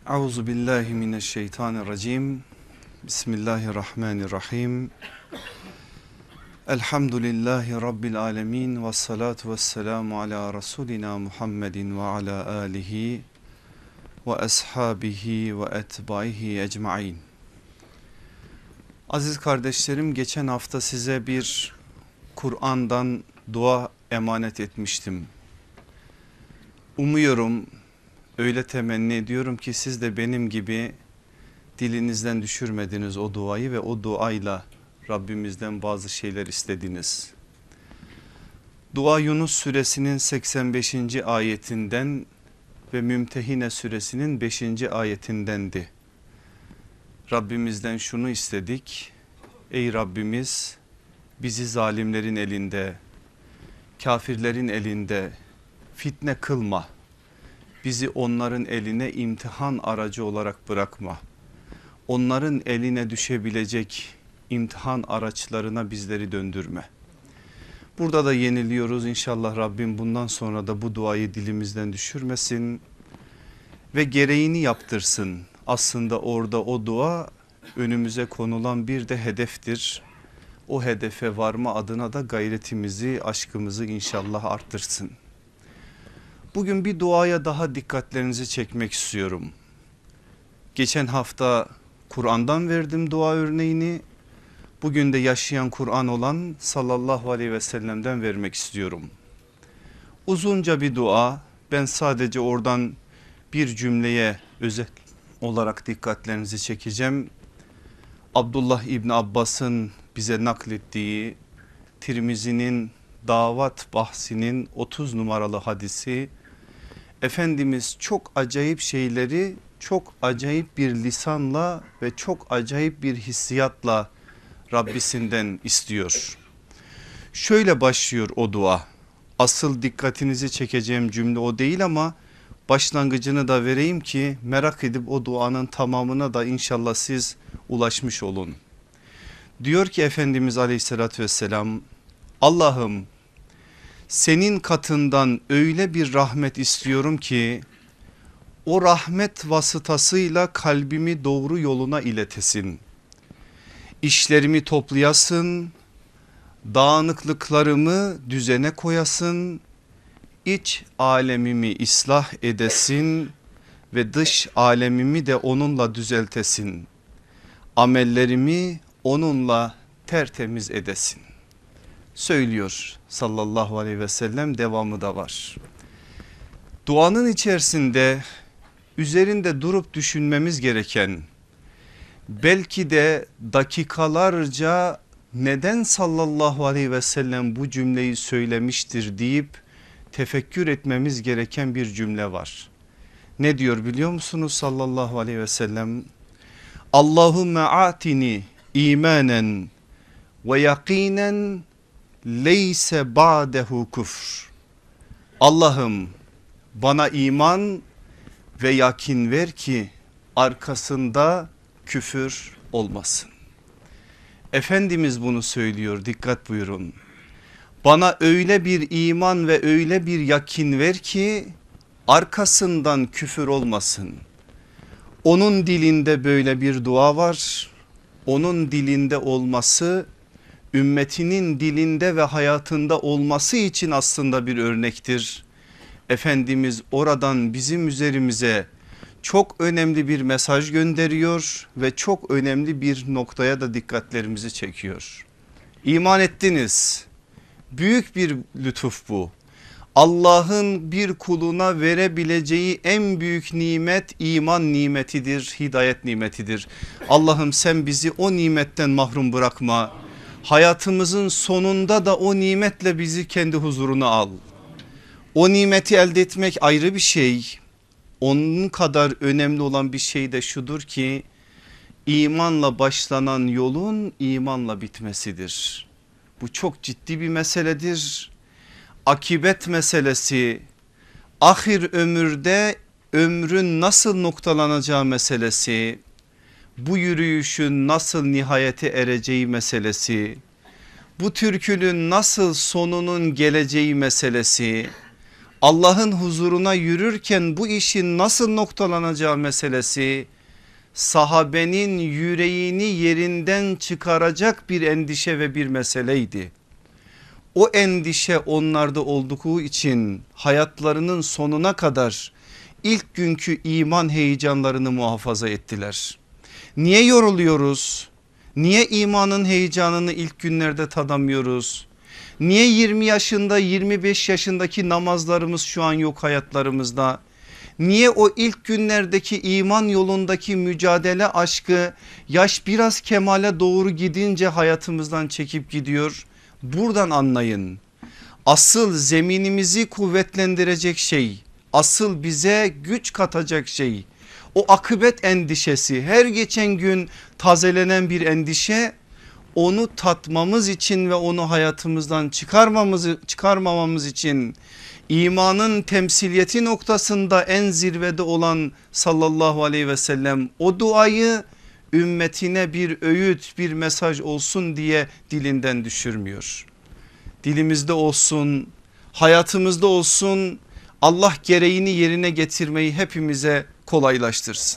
Euzu billahi mineşşeytanirracim. Bismillahirrahmanirrahim. Elhamdülillahi rabbil alamin ve salatu vesselamu ala rasulina Muhammedin ve ala alihi ve ashabihi ve etbaihi ecmaîn. Aziz kardeşlerim, geçen hafta size bir Kur'an'dan dua emanet etmiştim. Umuyorum, öyle temenni ediyorum ki siz de benim gibi dilinizden düşürmediniz o duayı ve o duayla Rabbimizden bazı şeyler istediniz. Dua Yunus suresinin 85. ayetinden ve Mümtehine suresinin 5. ayetindendi. Rabbimizden şunu istedik: ey Rabbimiz, bizi zalimlerin elinde, kafirlerin elinde fitne kılma. Bizi onların eline imtihan aracı olarak bırakma. Onların eline düşebilecek imtihan araçlarına bizleri döndürme. Burada da yeniliyoruz. İnşallah Rabbim bundan sonra da bu duayı dilimizden düşürmesin ve gereğini yaptırsın. Aslında orada o dua önümüze konulan bir de hedeftir. O hedefe varma adına da gayretimizi, aşkımızı inşallah arttırsın. Bugün bir duaya daha dikkatlerinizi çekmek istiyorum. Geçen hafta Kur'an'dan verdim dua örneğini. Bugün de yaşayan Kur'an olan sallallahu aleyhi ve sellem'den vermek istiyorum. Uzunca bir dua. Ben sadece oradan bir cümleye özel olarak dikkatlerinizi çekeceğim. Abdullah İbni Abbas'ın bize naklettiği Tirmizi'nin davat bahsinin 30 numaralı hadisi. Efendimiz çok acayip şeyleri çok acayip bir lisanla ve çok acayip bir hissiyatla Rabbisinden istiyor. Şöyle başlıyor o dua. Asıl dikkatinizi çekeceğim cümle o değil ama başlangıcını da vereyim ki merak edip o duanın tamamına da inşallah siz ulaşmış olun. Diyor ki Efendimiz aleyhissalatü vesselam: Allah'ım, senin katından öyle bir rahmet istiyorum ki o rahmet vasıtasıyla kalbimi doğru yoluna iletesin. İşlerimi toplayasın, dağınıklıklarımı düzene koyasın, iç alemimi ıslah edesin ve dış alemimi de onunla düzeltesin. Amellerimi onunla tertemiz edesin. Söylüyor sallallahu aleyhi ve sellem, devamı da var. Duanın içerisinde üzerinde durup düşünmemiz gereken, belki de dakikalarca neden sallallahu aleyhi ve sellem bu cümleyi söylemiştir deyip tefekkür etmemiz gereken bir cümle var. Ne diyor biliyor musunuz sallallahu aleyhi ve sellem? Allahümme atini imanen ve yakinen leyse ba'dehu kufr. Allah'ım, bana iman ve yakin ver ki arkasında küfür olmasın. Efendimiz bunu söylüyor, dikkat buyurun. Bana öyle bir iman ve öyle bir yakin ver ki arkasından küfür olmasın. Onun dilinde böyle bir dua var. Onun dilinde olması, ümmetinin dilinde ve hayatında olması için aslında bir örnektir. Efendimiz oradan bizim üzerimize çok önemli bir mesaj gönderiyor ve çok önemli bir noktaya da dikkatlerimizi çekiyor. İman ettiniz. Büyük bir lütuf bu. Allah'ın bir kuluna verebileceği en büyük nimet iman nimetidir, hidayet nimetidir. Allah'ım sen bizi o nimetten mahrum bırakma. Hayatımızın sonunda da o nimetle bizi kendi huzuruna al. O nimeti elde etmek ayrı bir şey. Onun kadar önemli olan bir şey de şudur ki imanla başlanan yolun imanla bitmesidir. Bu çok ciddi bir meseledir. Akibet meselesi, ahir ömürde ömrün nasıl noktalanacağı meselesi, bu yürüyüşün nasıl nihayete ereceği meselesi, bu türkünün nasıl sonunun geleceği meselesi, Allah'ın huzuruna yürürken bu işin nasıl noktalanacağı meselesi sahabenin yüreğini yerinden çıkaracak bir endişe ve bir meseleydi. O endişe onlarda olduğu için hayatlarının sonuna kadar ilk günkü iman heyecanlarını muhafaza ettiler. Niye yoruluyoruz? Niye imanın heyecanını ilk günlerde tadamıyoruz? Niye 20 yaşında 25 yaşındaki namazlarımız şu an yok hayatlarımızda? Niye o ilk günlerdeki iman yolundaki mücadele aşkı yaş biraz kemale doğru gidince hayatımızdan çekip gidiyor? Buradan anlayın. Asıl zeminimizi kuvvetlendirecek şey, asıl bize güç katacak şey, o akıbet endişesi, her geçen gün tazelenen bir endişe, onu tatmamız için ve onu hayatımızdan çıkarmamamız için imanın temsiliyeti noktasında en zirvede olan sallallahu aleyhi ve sellem o duayı ümmetine bir öğüt, bir mesaj olsun diye dilinden düşürmüyor. Dilimizde olsun, hayatımızda olsun, Allah gereğini yerine getirmeyi hepimize kolaylaştırsın.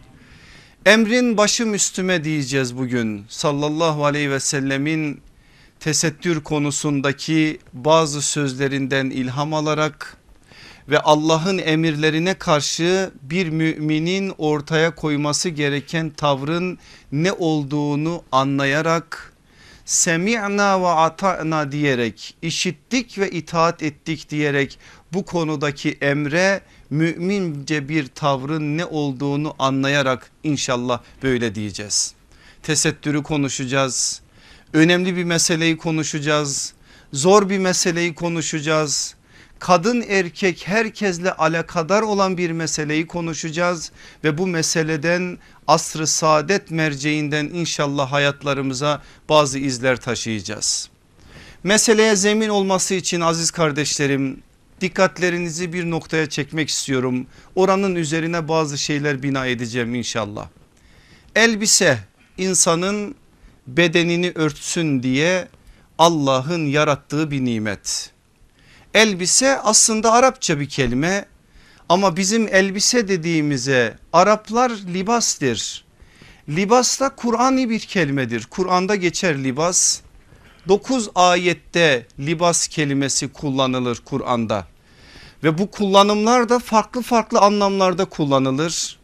Emrin başım üstüme diyeceğiz bugün. Sallallahu aleyhi ve sellemin tesettür konusundaki bazı sözlerinden ilham alarak ve Allah'ın emirlerine karşı bir müminin ortaya koyması gereken tavrın ne olduğunu anlayarak, semi'na ve ata'na diyerek, işittik ve itaat ettik diyerek bu konudaki emre mümince bir tavrın ne olduğunu anlayarak inşallah böyle diyeceğiz. Tesettürü konuşacağız. Önemli bir meseleyi konuşacağız. Zor bir meseleyi konuşacağız. Kadın erkek herkesle alakadar olan bir meseleyi konuşacağız ve bu meseleden asr-ı saadet merceğinden inşallah hayatlarımıza bazı izler taşıyacağız. Meseleye zemin olması için aziz kardeşlerim, dikkatlerinizi bir noktaya çekmek istiyorum. Oranın üzerine bazı şeyler bina edeceğim inşallah. Elbise insanın bedenini örtsün diye Allah'ın yarattığı bir nimet. Elbise aslında Arapça bir kelime ama bizim elbise dediğimize Araplar libastır. Libas da Kur'ani bir kelimedir. Kur'an'da geçer libas. 9 ayette libas kelimesi kullanılır Kur'an'da ve bu kullanımlar da farklı farklı anlamlarda kullanılır.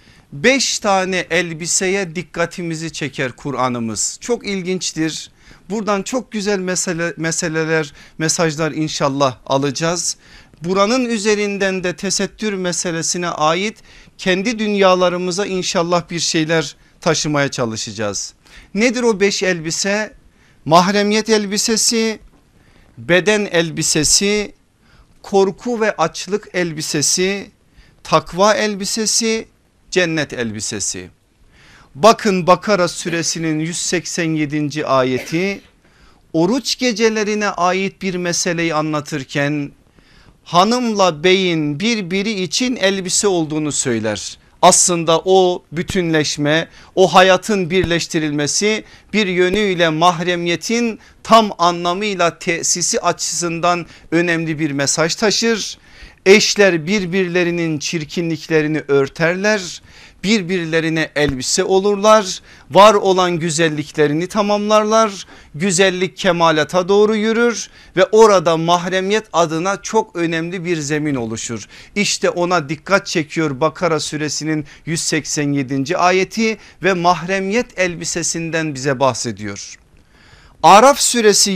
5 tane elbiseye dikkatimizi çeker Kur'an'ımız. Çok ilginçtir. Buradan çok güzel meseleler, mesajlar inşallah alacağız. Buranın üzerinden de tesettür meselesine ait kendi dünyalarımıza inşallah bir şeyler taşımaya çalışacağız. Nedir o 5 elbise? Mahremiyet elbisesi, beden elbisesi, korku ve açlık elbisesi, takva elbisesi, cennet elbisesi. Bakın Bakara suresinin 187. ayeti oruç gecelerine ait bir meseleyi anlatırken hanımla beyin birbiri için elbise olduğunu söyler. Aslında o bütünleşme, o hayatın birleştirilmesi bir yönüyle mahremiyetin tam anlamıyla tesisi açısından önemli bir mesaj taşır. Eşler birbirlerinin çirkinliklerini örterler, birbirlerine elbise olurlar, var olan güzelliklerini tamamlarlar, güzellik kemalata doğru yürür ve orada mahremiyet adına çok önemli bir zemin oluşur. İşte ona dikkat çekiyor Bakara suresinin 187. ayeti ve mahremiyet elbisesinden bize bahsediyor. Araf suresi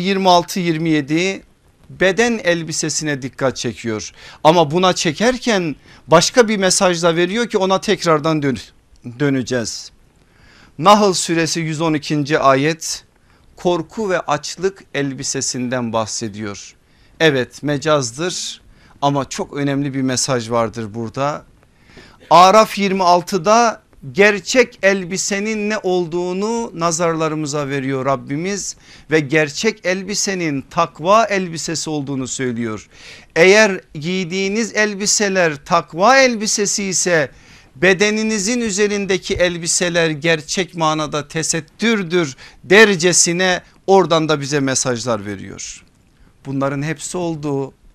26-27 beden elbisesine dikkat çekiyor ama buna çekerken başka bir mesaj da veriyor ki ona tekrardan döneceğiz. Nahl suresi 112. ayet korku ve açlık elbisesinden bahsediyor. Evet, mecazdır ama çok önemli bir mesaj vardır burada. Araf 26'da gerçek elbisenin ne olduğunu nazarlarımıza veriyor Rabbimiz ve gerçek elbisenin takva elbisesi olduğunu söylüyor. Eğer giydiğiniz elbiseler takva elbisesi ise bedeninizin üzerindeki elbiseler gerçek manada tesettürdür dercesine oradan da bize mesajlar veriyor. Bunların hepsi oldu.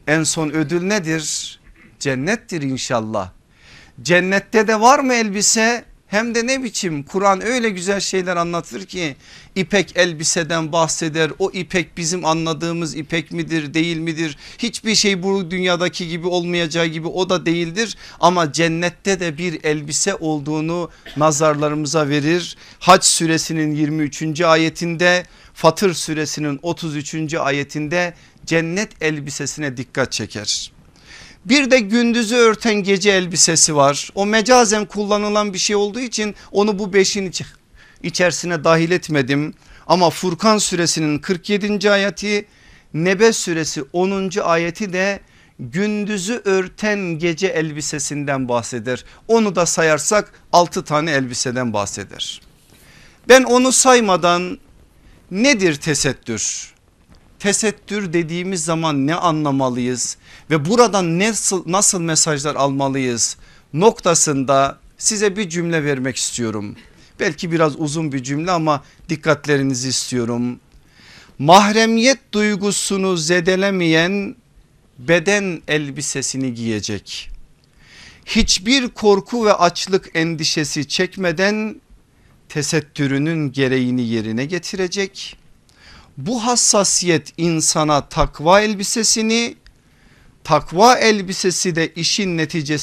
En son ödül nedir? Cennettir inşallah. Cennette de var mı elbise? Hem de ne biçim, Kur'an öyle güzel şeyler anlatır ki, ipek elbiseden bahseder. O ipek bizim anladığımız ipek midir, değil midir? Hiçbir şey bu dünyadaki gibi olmayacağı gibi o da değildir. Ama cennette de bir elbise olduğunu nazarlarımıza verir. Hac suresinin 23. ayetinde, Fatır suresinin 33. ayetinde cennet elbisesine dikkat çeker. Bir de gündüzü örten gece elbisesi var. O mecazen kullanılan bir şey olduğu için onu bu beşin içerisine dahil etmedim. Ama Furkan suresinin 47. ayeti, Nebe suresi 10. ayeti de gündüzü örten gece elbisesinden bahseder. Onu da sayarsak 6 tane elbiseden bahseder. Ben onu saymadan nedir tesettür? Tesettür dediğimiz zaman ne anlamalıyız ve buradan nasıl mesajlar almalıyız noktasında size bir cümle vermek istiyorum. Belki biraz uzun bir cümle ama dikkatlerinizi istiyorum. Mahremiyet duygusunu zedelemeyen beden elbisesini giyecek. Hiçbir korku ve açlık endişesi çekmeden tesettürünün gereğini yerine getirecek. Bu hassasiyet insana takva elbisesini, takva elbisesi de işin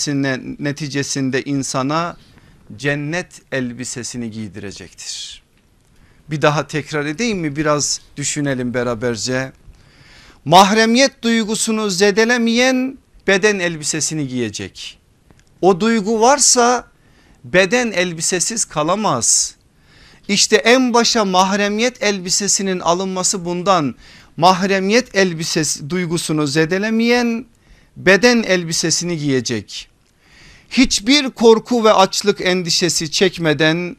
neticesinde insana cennet elbisesini giydirecektir. Bir daha tekrar edeyim mi, biraz düşünelim beraberce. Mahremiyet duygusunu zedelemeyen beden elbisesini giyecek. O duygu varsa beden elbisesiz kalamaz. İşte en başa mahremiyet elbisesinin alınması bundan. Mahremiyet elbisesi duygusunu zedelemeyen beden elbisesini giyecek. Hiçbir korku ve açlık endişesi çekmeden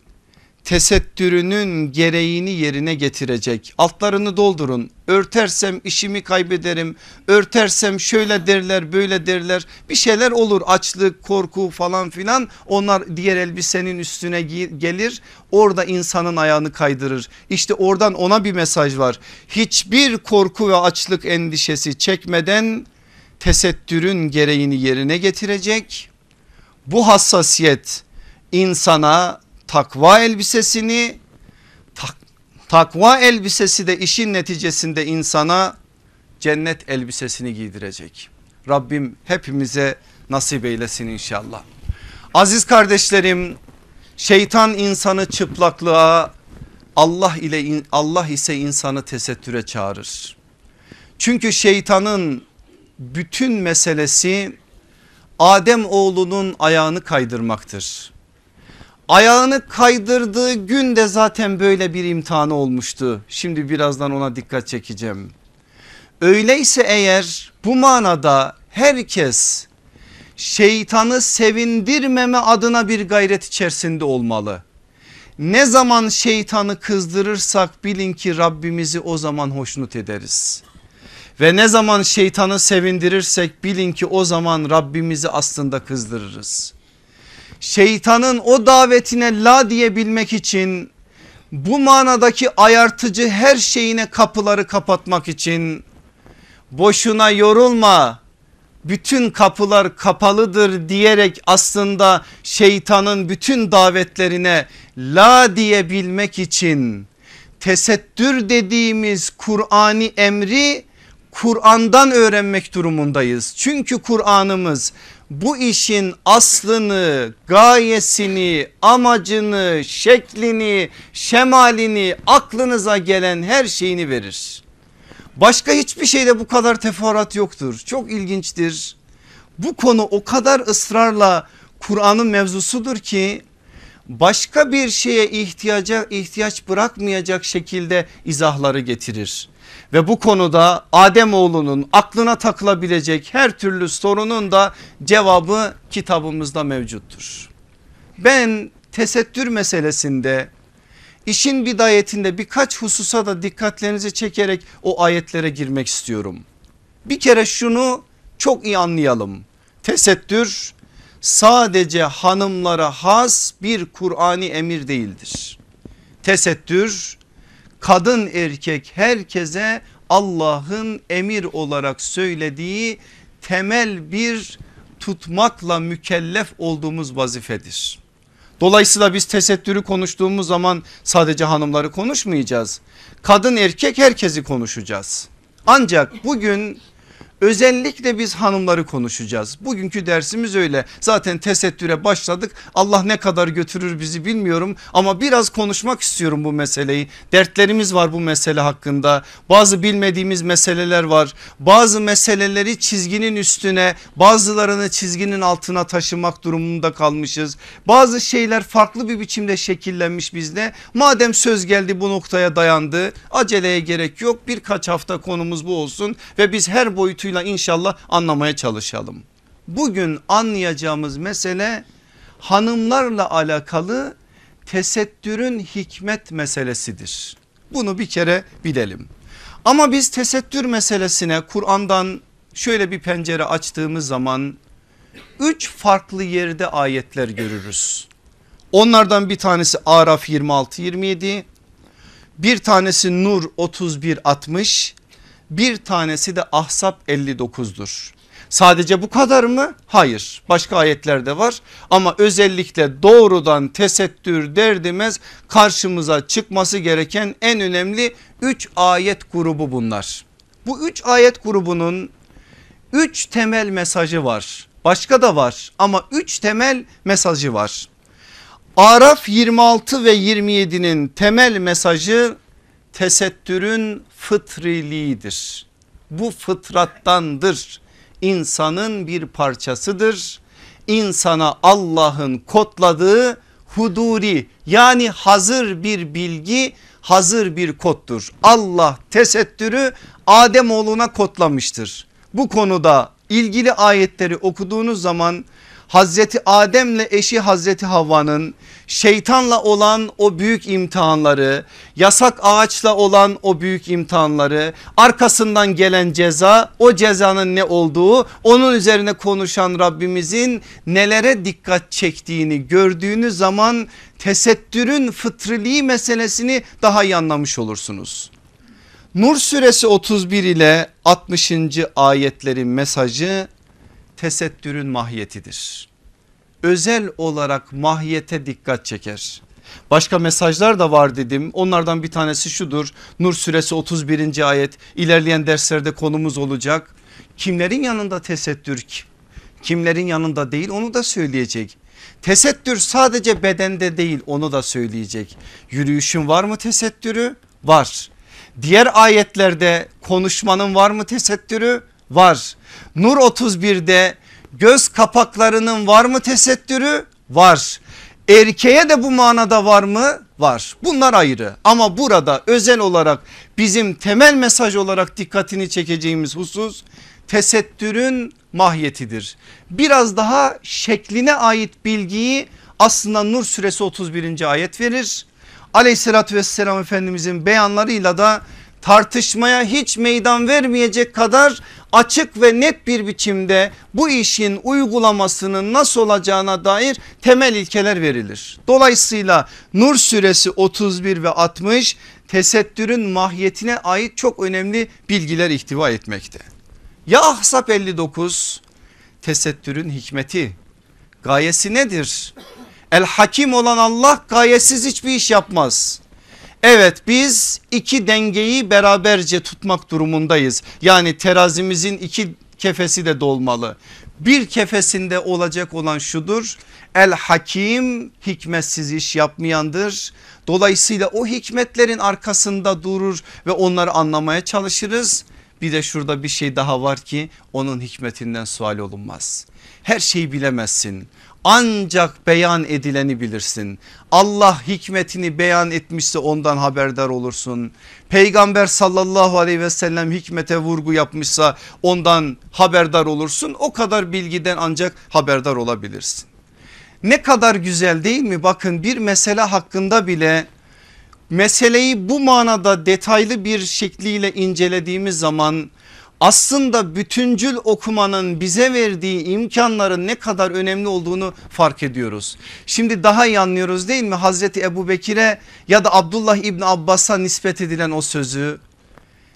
tesettürünün gereğini yerine getirecek. Altlarını doldurun. Örtersem işimi kaybederim. Örtersem şöyle derler, böyle derler. Bir şeyler olur, açlık, korku falan filan. Onlar diğer elbisenin üstüne gelir. Orada insanın ayağını kaydırır. İşte oradan ona bir mesaj var. Hiçbir korku ve açlık endişesi çekmeden tesettürün gereğini yerine getirecek. Bu hassasiyet insana takva elbisesini, takva elbisesi de işin neticesinde insana cennet elbisesini giydirecek. Rabbim hepimize nasip eylesin inşallah. Aziz kardeşlerim, şeytan insanı çıplaklığa, Allah ise insanı tesettüre çağırır. Çünkü şeytanın bütün meselesi Adem oğlunun ayağını kaydırmaktır. Ayağını kaydırdığı gün de zaten böyle bir imtihanı olmuştu. Şimdi birazdan ona dikkat çekeceğim. Öyleyse eğer bu manada herkes şeytanı sevindirmeme adına bir gayret içerisinde olmalı. Ne zaman şeytanı kızdırırsak bilin ki Rabbimizi o zaman hoşnut ederiz. Ve ne zaman şeytanı sevindirirsek bilin ki o zaman Rabbimizi aslında kızdırırız. Şeytanın o davetine la diyebilmek için, bu manadaki ayartıcı her şeyine kapıları kapatmak için boşuna yorulma, bütün kapılar kapalıdır diyerek aslında şeytanın bütün davetlerine la diyebilmek için tesettür dediğimiz Kur'ani emri Kur'an'dan öğrenmek durumundayız. Çünkü Kur'an'ımız bu işin aslını, gayesini, amacını, şeklini, şemalini, aklınıza gelen her şeyini verir. Başka hiçbir şeyde bu kadar teferruat yoktur. Çok ilginçtir. Bu konu o kadar ısrarla Kur'an'ın mevzusudur ki başka bir şeye ihtiyaç bırakmayacak şekilde izahları getirir. Ve bu konuda Ademoğlunun aklına takılabilecek her türlü sorunun da cevabı kitabımızda mevcuttur. Ben tesettür meselesinde işin bidayetinde birkaç hususa da dikkatlerinizi çekerek o ayetlere girmek istiyorum. Bir kere şunu çok iyi anlayalım. Tesettür sadece hanımlara has bir Kur'ani emir değildir. Tesettür kadın erkek herkese Allah'ın emir olarak söylediği temel bir tutmakla mükellef olduğumuz vazifedir. Dolayısıyla biz tesettürü konuştuğumuz zaman sadece hanımları konuşmayacağız. Kadın erkek herkesi konuşacağız. Ancak bugün özellikle biz hanımları konuşacağız. Bugünkü dersimiz öyle. Zaten tesettüre başladık. Allah ne kadar götürür bizi bilmiyorum ama biraz konuşmak istiyorum bu meseleyi. Dertlerimiz var bu mesele hakkında. Bazı bilmediğimiz meseleler var. Bazı meseleleri çizginin üstüne, bazılarını çizginin altına taşımak durumunda kalmışız. Bazı şeyler farklı bir biçimde şekillenmiş bizde. Madem söz geldi bu noktaya dayandı, aceleye gerek yok. Birkaç hafta konumuz bu olsun ve biz her boyutuyla İnşallah anlamaya çalışalım. Bugün anlayacağımız mesele hanımlarla alakalı tesettürün hikmet meselesidir. Bunu bir kere bilelim. Ama biz tesettür meselesine Kur'an'dan şöyle bir pencere açtığımız zaman 3 farklı yerde ayetler görürüz. Onlardan bir tanesi Araf 26-27, bir tanesi Nur 31-60, bir tanesi de Ahzab 59'dur. Sadece bu kadar mı? Hayır, başka ayetler de var ama özellikle doğrudan tesettür derdimiz karşımıza çıkması gereken en önemli 3 ayet grubu bunlar. Bu 3 ayet grubunun 3 temel mesajı var. Başka da var ama 3 temel mesajı var. Araf 26 ve 27'nin temel mesajı tesettürün fıtriliğidir. Bu fıtrattandır. İnsanın bir parçasıdır. İnsana Allah'ın kodladığı huduri yani hazır bir bilgi, hazır bir koddur. Allah tesettürü Ademoğluna kodlamıştır. Bu konuda ilgili ayetleri okuduğunuz zaman Hazreti Adem'le eşi Hazreti Havva'nın şeytanla olan o büyük imtihanları, yasak ağaçla olan o büyük imtihanları, arkasından gelen ceza, o cezanın ne olduğu, onun üzerine konuşan Rabbimizin nelere dikkat çektiğini gördüğünüz zaman tesettürün fıtriliği meselesini daha iyi anlamış olursunuz. Nur suresi 31 ile 60. ayetlerin mesajı tesettürün mahiyetidir. Özel olarak mahiyete dikkat çeker. Başka mesajlar da var dedim. Onlardan bir tanesi şudur. Nur suresi 31. ayet, ilerleyen derslerde konumuz olacak. Kimlerin yanında tesettür, kimlerin yanında değil onu da söyleyecek. Tesettür sadece bedende değil onu da söyleyecek. Yürüyüşün var mı tesettürü? Var. Diğer ayetlerde konuşmanın var mı tesettürü? Var. Nur 31'de göz kapaklarının var mı tesettürü? Var. Erkeğe de bu manada var mı? Var. Bunlar ayrı ama burada özel olarak bizim temel mesaj olarak dikkatini çekeceğimiz husus tesettürün mahiyetidir. Biraz daha şekline ait bilgiyi aslında Nur suresi 31. ayet verir. Aleyhissalatü vesselam Efendimizin beyanlarıyla da tartışmaya hiç meydan vermeyecek kadar açık ve net bir biçimde bu işin uygulamasının nasıl olacağına dair temel ilkeler verilir. Dolayısıyla Nur suresi 31 ve 60 tesettürün mahiyetine ait çok önemli bilgiler ihtiva etmekte. Ya Ahzab 59 tesettürün hikmeti, gayesi nedir? El Hakim olan Allah gayesiz hiçbir iş yapmaz. Evet biz iki dengeyi beraberce tutmak durumundayız. Yani terazimizin iki kefesi de dolmalı. Bir kefesinde olacak olan şudur. El Hakim hikmetsiz iş yapmayandır. Dolayısıyla o hikmetlerin arkasında durur ve onları anlamaya çalışırız. Bir de şurada bir şey daha var ki onun hikmetinden sual olunmaz. Her şeyi bilemezsin. Ancak beyan edileni bilirsin. Allah hikmetini beyan etmişse ondan haberdar olursun. Peygamber sallallahu aleyhi ve sellem hikmete vurgu yapmışsa ondan haberdar olursun. O kadar bilgiden ancak haberdar olabilirsin. Ne kadar güzel değil mi? Bakın bir mesele hakkında bile meseleyi bu manada detaylı bir şekliyle incelediğimiz zaman aslında bütüncül okumanın bize verdiği imkanların ne kadar önemli olduğunu fark ediyoruz. Şimdi daha iyi anlıyoruz değil mi? Hazreti Ebubekir'e ya da Abdullah İbni Abbas'a nispet edilen o sözü.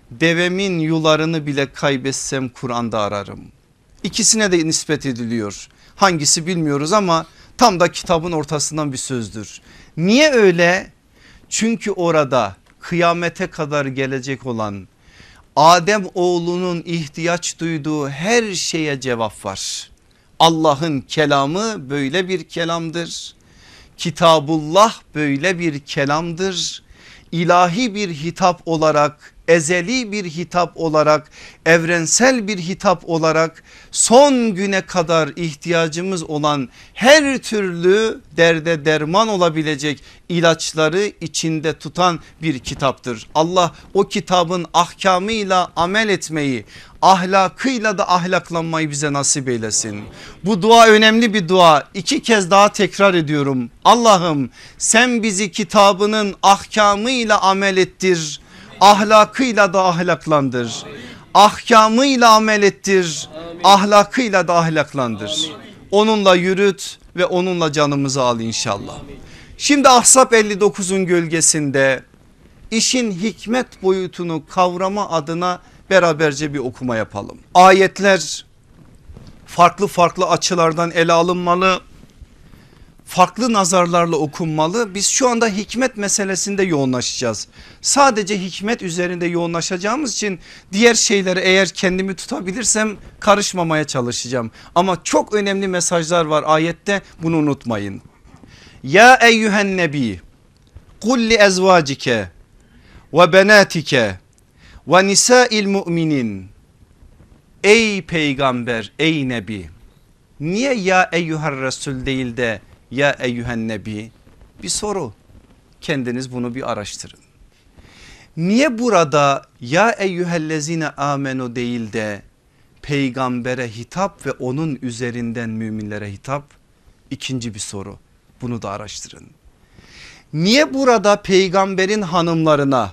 devemin yularını bile kaybetsem Kur'an'da ararım. İkisine de nispet ediliyor. Hangisi bilmiyoruz ama tam da kitabın ortasından bir sözdür. Niye öyle? Çünkü orada kıyamete kadar gelecek olan Adem oğlunun ihtiyaç duyduğu her şeye cevap var. Allah'ın kelamı böyle bir kelamdır. Kitabullah böyle bir kelamdır. İlahi bir hitap olarak, ezeli bir hitap olarak, evrensel bir hitap olarak son güne kadar ihtiyacımız olan her türlü derde derman olabilecek ilaçları içinde tutan bir kitaptır. Allah o kitabın ahkamıyla amel etmeyi, ahlakıyla da ahlaklanmayı bize nasip eylesin. Bu dua önemli bir dua. 2 kez daha tekrar ediyorum. Allah'ım sen bizi kitabının ahkamıyla amel ettir. Ahlakıyla da ahlaklandır. Ahkamıyla amel ettir. Ahlakıyla da ahlaklandır. Onunla yürüt ve onunla canımızı al inşallah. Şimdi Ahzab 59'un gölgesinde işin hikmet boyutunu kavrama adına beraberce bir okuma yapalım. Ayetler farklı farklı açılardan ele alınmalı. Farklı nazarlarla okunmalı. Biz şu anda hikmet meselesinde yoğunlaşacağız. Sadece hikmet üzerinde yoğunlaşacağımız için diğer şeylere eğer kendimi tutabilirsem karışmamaya çalışacağım. Ama çok önemli mesajlar var ayette, bunu unutmayın. Ya eyyühen nebi kul li ezvacike ve benatike ve nisa'il mu'minin. Ey peygamber, ey nebi. Niye ya eyyuhar resul değil de ya eyyühen nebi? Bir soru, kendiniz bunu bir araştırın. Niye burada ya eyyühellezine amenu değil de peygambere hitap ve onun üzerinden müminlere hitap? İkinci bir soru, bunu da araştırın. Niye burada peygamberin hanımlarına,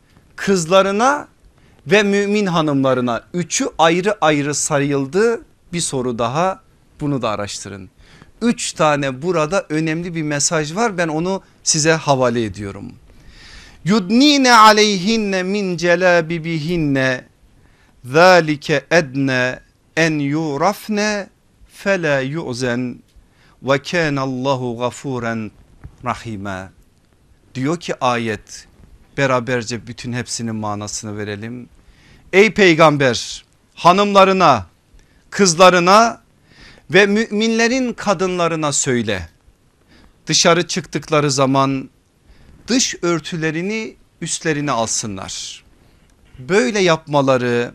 kızlarına ve mümin hanımlarına üçü ayrı ayrı sayıldı? Bir soru daha, bunu da araştırın. 3 tane burada önemli bir mesaj var, ben onu size havale ediyorum. Yudnine aleyhinne min celabibihinne zalike edne en yurafne fela yu'zen ve kânallahu gafuren rahime. Diyor ki ayet, beraberce bütün hepsinin manasını verelim. Ey peygamber, hanımlarına, kızlarına ve müminlerin kadınlarına söyle. Dışarı çıktıkları zaman dış örtülerini üstlerine alsınlar. Böyle yapmaları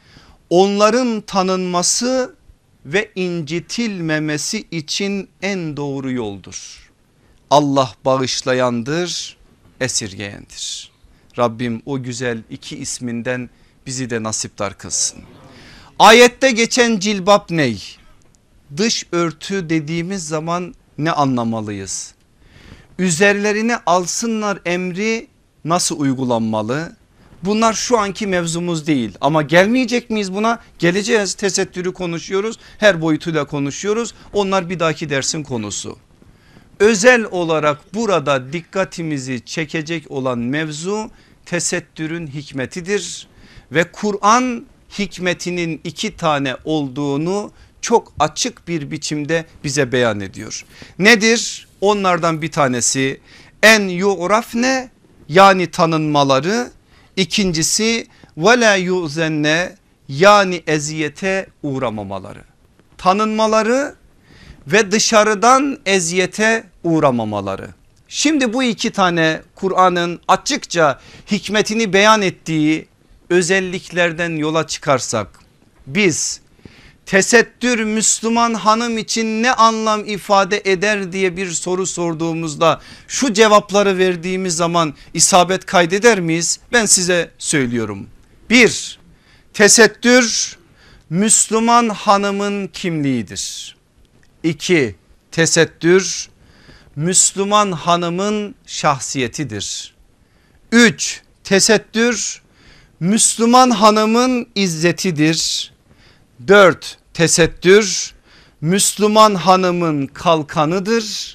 onların tanınması ve incitilmemesi için en doğru yoldur. Allah bağışlayandır, esirgeyendir. Rabbim o güzel 2 isminden bizi de nasipdar kılsın. Ayette geçen cilbap ney? Dış örtü dediğimiz zaman ne anlamalıyız? Üzerlerine alsınlar emri nasıl uygulanmalı? Bunlar şu anki mevzumuz değil ama gelmeyecek miyiz buna? Geleceğiz, tesettürü konuşuyoruz, her boyutuyla konuşuyoruz, onlar bir dahaki dersin konusu. Özel olarak burada dikkatimizi çekecek olan mevzu tesettürün hikmetidir ve Kur'an hikmetinin 2 tane olduğunu çok açık bir biçimde bize beyan ediyor. Nedir? Onlardan bir tanesi en yu'rafne, yani tanınmaları. İkincisi ve la yu'zenne, yani eziyete uğramamaları. Tanınmaları ve dışarıdan eziyete uğramamaları. Şimdi bu 2 tane Kur'an'ın açıkça hikmetini beyan ettiği özelliklerden yola çıkarsak biz tesettür Müslüman hanım için ne anlam ifade eder diye bir soru sorduğumuzda şu cevapları verdiğimiz zaman isabet kaydeder miyiz? Ben size söylüyorum. 1. Tesettür Müslüman hanımın kimliğidir. 2. Tesettür Müslüman hanımın şahsiyetidir. 3. Tesettür Müslüman hanımın izzetidir. 4. Tesettür Müslüman hanımın kalkanıdır.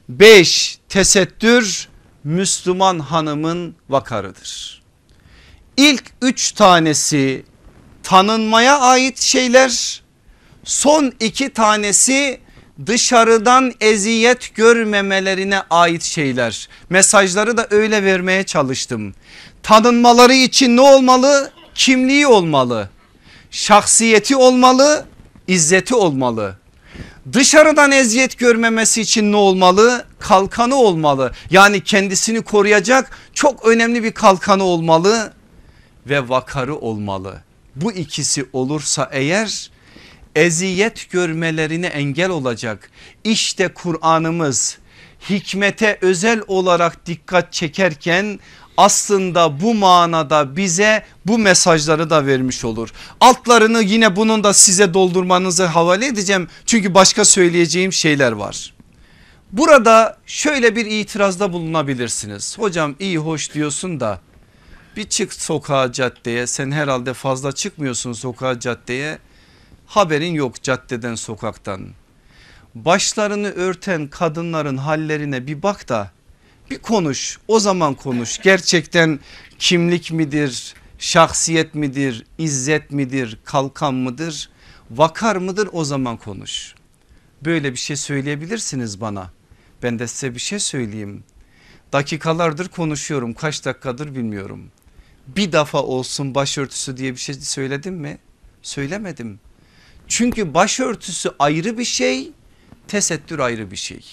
5. Tesettür Müslüman hanımın vakarıdır. İlk 3 tanesi tanınmaya ait şeyler, son 2 tanesi dışarıdan eziyet görmemelerine ait şeyler. Mesajları da öyle vermeye çalıştım. Tanınmaları için ne olmalı? Kimliği olmalı, şahsiyeti olmalı, izzeti olmalı. Dışarıdan eziyet görmemesi için ne olmalı? Kalkanı olmalı. Yani kendisini koruyacak çok önemli bir kalkanı olmalı ve vakarı olmalı. Bu ikisi olursa eğer eziyet görmelerine engel olacak. İşte Kur'an'ımız hikmete özel olarak dikkat çekerken aslında bu manada bize bu mesajları da vermiş olur. Altlarını yine bunun da size doldurmanızı havale edeceğim. Çünkü başka söyleyeceğim şeyler var. Burada şöyle bir itirazda bulunabilirsiniz. Hocam iyi hoş diyorsun da bir çık sokağa, caddeye, sen herhalde fazla çıkmıyorsun sokağa, caddeye, haberin yok caddeden, sokaktan. Başlarını örten kadınların hallerine bir bak da bir konuş, o zaman konuş. Gerçekten kimlik midir, şahsiyet midir, izzet midir, kalkan mıdır, vakar mıdır, o zaman konuş. Böyle bir şey söyleyebilirsiniz bana. Ben de size bir şey söyleyeyim. Dakikalardır konuşuyorum, kaç dakikadır bilmiyorum. Bir defa olsun başörtüsü diye bir şey söyledim mi? Söylemedim. Çünkü başörtüsü ayrı bir şey, tesettür ayrı bir şey.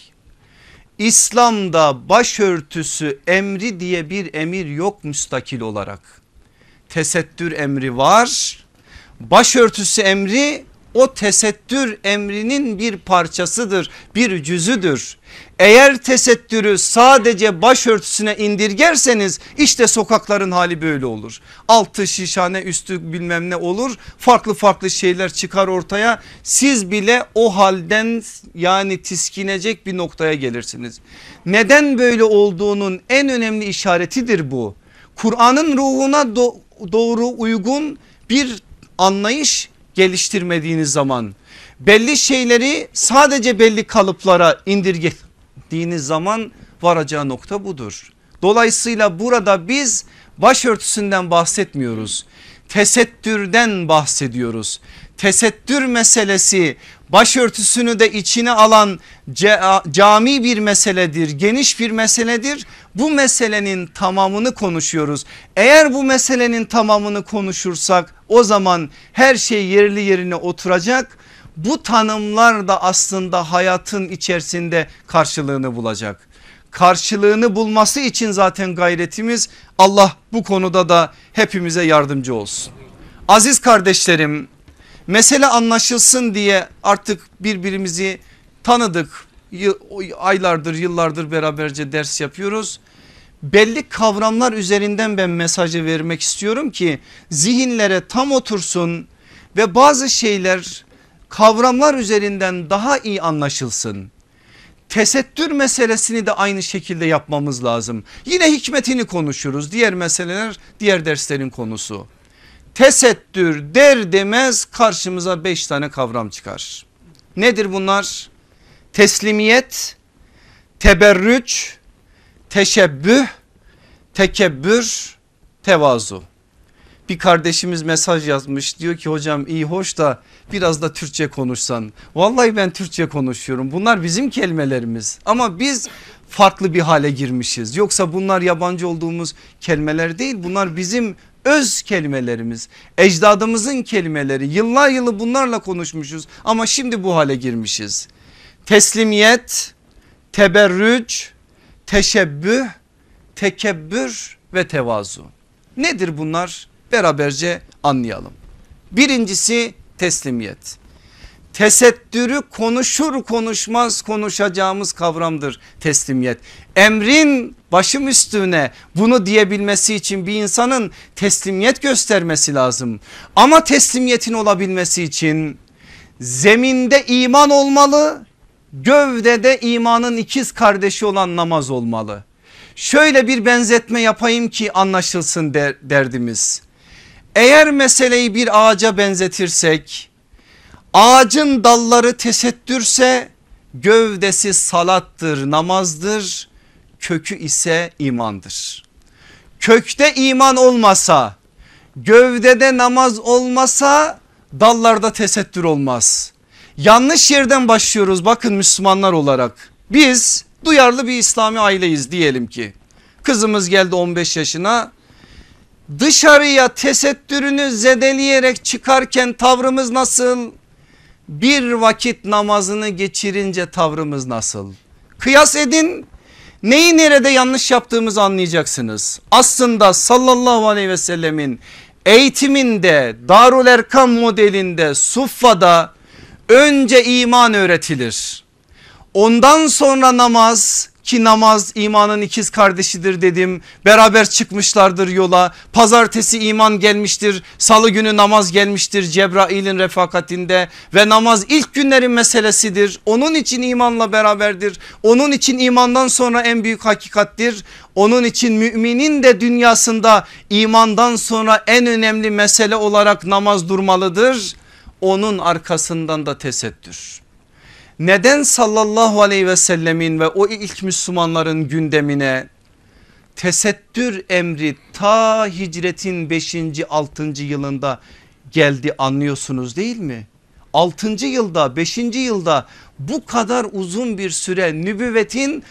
İslam'da başörtüsü emri diye bir emir yok müstakil olarak. Tesettür emri var. Başörtüsü emri o tesettür emrinin bir parçasıdır, bir cüzüdür. Eğer tesettürü sadece başörtüsüne indirgerseniz işte sokakların hali böyle olur. Altı şişhane, üstü bilmem ne olur, farklı farklı şeyler çıkar ortaya. Siz bile o halden yani tiskinecek bir noktaya gelirsiniz. Neden böyle olduğunun en önemli işaretidir bu. Kur'an'ın ruhuna doğru uygun bir anlayış geliştirmediğiniz zaman, belli şeyleri sadece belli kalıplara indirgediğiniz zaman varacağı nokta budur. Dolayısıyla burada biz başörtüsünden bahsetmiyoruz. Tesettürden bahsediyoruz. Tesettür meselesi başörtüsünü de içine alan cami bir meseledir, geniş bir meseledir. Bu meselenin tamamını konuşuyoruz. Eğer bu meselenin tamamını konuşursak o zaman her şey yerli yerine oturacak. Bu tanımlar da aslında hayatın içerisinde karşılığını bulacak. Karşılığını bulması için zaten gayretimiz, Allah bu konuda da hepimize yardımcı olsun. Aziz kardeşlerim, mesele anlaşılsın diye artık birbirimizi tanıdık. Aylardır, yıllardır beraberce ders yapıyoruz. Belli kavramlar üzerinden ben mesajı vermek istiyorum ki zihinlere tam otursun ve bazı şeyler kavramlar üzerinden daha iyi anlaşılsın. Tesettür meselesini de aynı şekilde yapmamız lazım. Yine hikmetini konuşuruz. Diğer meseleler diğer derslerin konusu. Tesettür der demez karşımıza 5 tane kavram çıkar. Nedir bunlar? Teslimiyet, teberrüç, teşebbüh, tekebbür, tevazu. Bir kardeşimiz mesaj yazmış, diyor ki hocam iyi hoş da biraz da Türkçe konuşsan. Vallahi ben Türkçe konuşuyorum, bunlar bizim kelimelerimiz ama biz farklı bir hale girmişiz. Yoksa bunlar yabancı olduğumuz kelimeler değil, bunlar bizim öz kelimelerimiz, ecdadımızın kelimeleri. Yıllar yılı bunlarla konuşmuşuz ama şimdi bu hale girmişiz. Teslimiyet, teberrüc, teşebbüh, tekebbür ve tevazu. Nedir bunlar? Beraberce anlayalım. Birincisi teslimiyet. Tesettürü konuşur konuşmaz konuşacağımız kavramdır teslimiyet. Emrin başım üstüne bunu diyebilmesi için bir insanın teslimiyet göstermesi lazım. Ama teslimiyetin olabilmesi için zeminde iman olmalı, gövdede imanın ikiz kardeşi olan namaz olmalı. Şöyle bir benzetme yapayım ki anlaşılsın derdimiz. Eğer meseleyi bir ağaca benzetirsek, ağacın dalları tesettürse gövdesi salattır, namazdır, kökü ise imandır. Kökte iman olmasa Gövdede namaz olmasa dallarda tesettür olmaz. Yanlış yerden başlıyoruz bakın Müslümanlar olarak. Biz duyarlı bir İslami aileyiz diyelim ki. Kızımız geldi 15 yaşına. Dışarıya tesettürünü zedeleyerek çıkarken tavrımız nasıl? Bir vakit namazını geçirince tavrımız nasıl? Kıyas edin, neyi nerede yanlış yaptığımızı anlayacaksınız. Aslında sallallahu aleyhi ve sellemin eğitiminde, Darul Erkam modelinde, Suffa'da önce iman öğretilir. Ondan sonra namaz, ki namaz imanın ikiz kardeşidir dedim. Beraber çıkmışlardır yola. Pazartesi iman gelmiştir. Salı günü namaz gelmiştir Cebrail'in refakatinde ve namaz ilk günlerin meselesidir. Onun için imanla beraberdir. Onun için imandan sonra en büyük hakikattir. Onun için müminin de dünyasında imandan sonra en önemli mesele olarak namaz durmalıdır. Onun arkasından da tesettür. Neden sallallahu aleyhi ve sellemin ve o ilk Müslümanların gündemine tesettür emri ta hicretin 5. 6. yılında geldi anlıyorsunuz değil mi? 6. yılda 5. yılda bu kadar uzun bir süre, nübüvvetin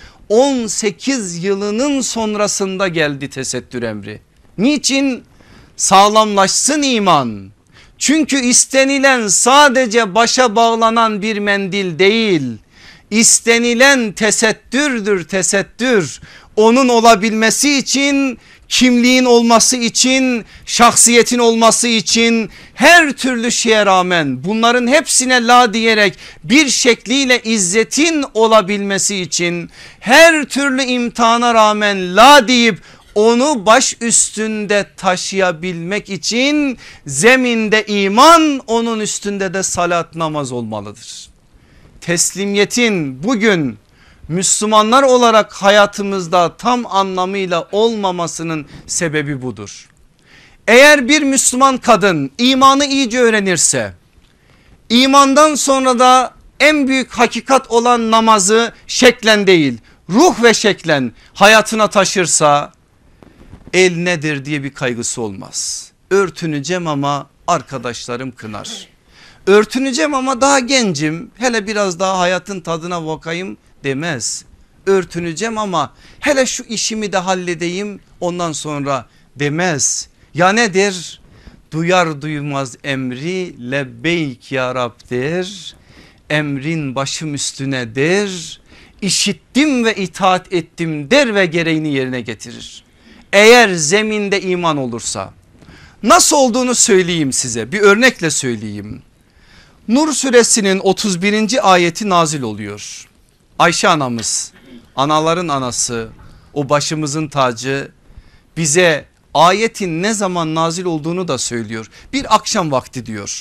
18 yılının sonrasında geldi tesettür emri. Niçin? Sağlamlaşsın iman. Çünkü istenilen sadece başa bağlanan bir mendil değil. İstenilen tesettürdür, tesettür. Onun olabilmesi için, kimliğin olması için, şahsiyetin olması için, her türlü şeye rağmen bunların hepsine la diyerek bir şekliyle izzetin olabilmesi için, her türlü imtihana rağmen la deyip onu baş üstünde taşıyabilmek için zeminde iman, onun üstünde de salat, namaz olmalıdır. Teslimiyetin bugün Müslümanlar olarak hayatımızda tam anlamıyla olmamasının sebebi budur. Eğer bir Müslüman kadın imanı iyice öğrenirse, imandan sonra da en büyük hakikat olan namazı şeklen değil, ruh ve şeklen hayatına taşırsa, el nedir diye bir kaygısı olmaz. Örtüneceğim ama arkadaşlarım kınar. Örtüneceğim ama daha gencim, hele biraz daha hayatın tadına bakayım demez. Örtüneceğim ama hele şu işimi de halledeyim ondan sonra demez. Ya ne der? Duyar duymaz emri lebbeyk ya Rab der. Emrin başım üstüne der. İşittim ve itaat ettim der ve gereğini yerine getirir. Eğer zeminde iman olursa, nasıl olduğunu söyleyeyim size, bir örnekle söyleyeyim. Nur suresinin 31. ayeti nazil oluyor. Ayşe anamız, anaların anası, o başımızın tacı, bize ayetin ne zaman nazil olduğunu da söylüyor. Bir akşam vakti diyor.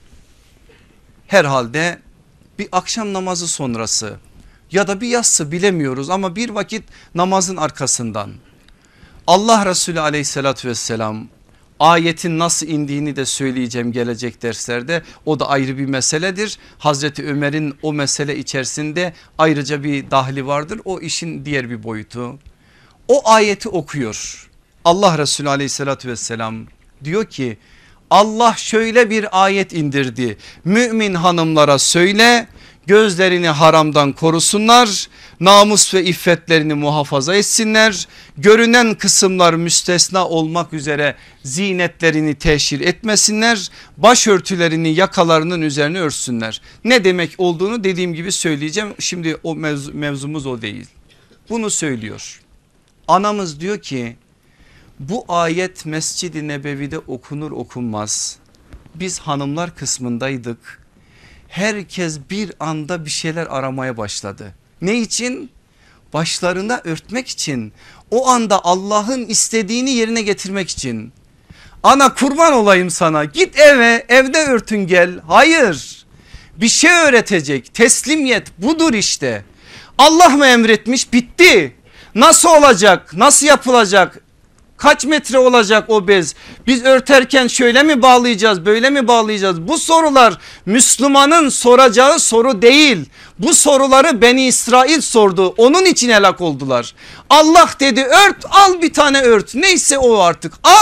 Herhalde bir akşam namazı sonrası ya da bir yatsı bilemiyoruz ama bir vakit namazın arkasından. Allah Resulü aleyhissalatü vesselam, ayetin nasıl indiğini de söyleyeceğim gelecek derslerde, o da ayrı bir meseledir. Hazreti Ömer'in o mesele içerisinde ayrıca bir dahli vardır, o işin diğer bir boyutu. O ayeti okuyor Allah Resulü aleyhissalatü vesselam, diyor ki Allah şöyle bir ayet indirdi, mümin hanımlara söyle gözlerini haramdan korusunlar, namus ve iffetlerini muhafaza etsinler, görünen kısımlar müstesna olmak üzere zinetlerini teşhir etmesinler, başörtülerini yakalarının üzerine örtsünler. Ne demek olduğunu dediğim gibi söyleyeceğim, şimdi o mevzumuz o değil. Bunu söylüyor. Anamız diyor ki bu ayet Mescid-i Nebevi'de okunur okunmaz biz hanımlar kısmındaydık. Herkes bir anda bir şeyler aramaya başladı. Ne için? Başlarına örtmek için. O anda Allah'ın istediğini yerine getirmek için. Ana kurban olayım sana, git eve, evde örtün gel. Hayır, bir şey öğretecek. Teslimiyet budur işte. Allah mı emretmiş? Bitti. Nasıl olacak? Nasıl yapılacak? Kaç metre olacak o bez? Biz örterken şöyle mi bağlayacağız, böyle mi bağlayacağız? Bu sorular Müslümanın soracağı soru değil. Bu soruları Beni İsrail sordu. Onun için helak oldular. Allah dedi ört, al bir tane ört. Neyse o artık al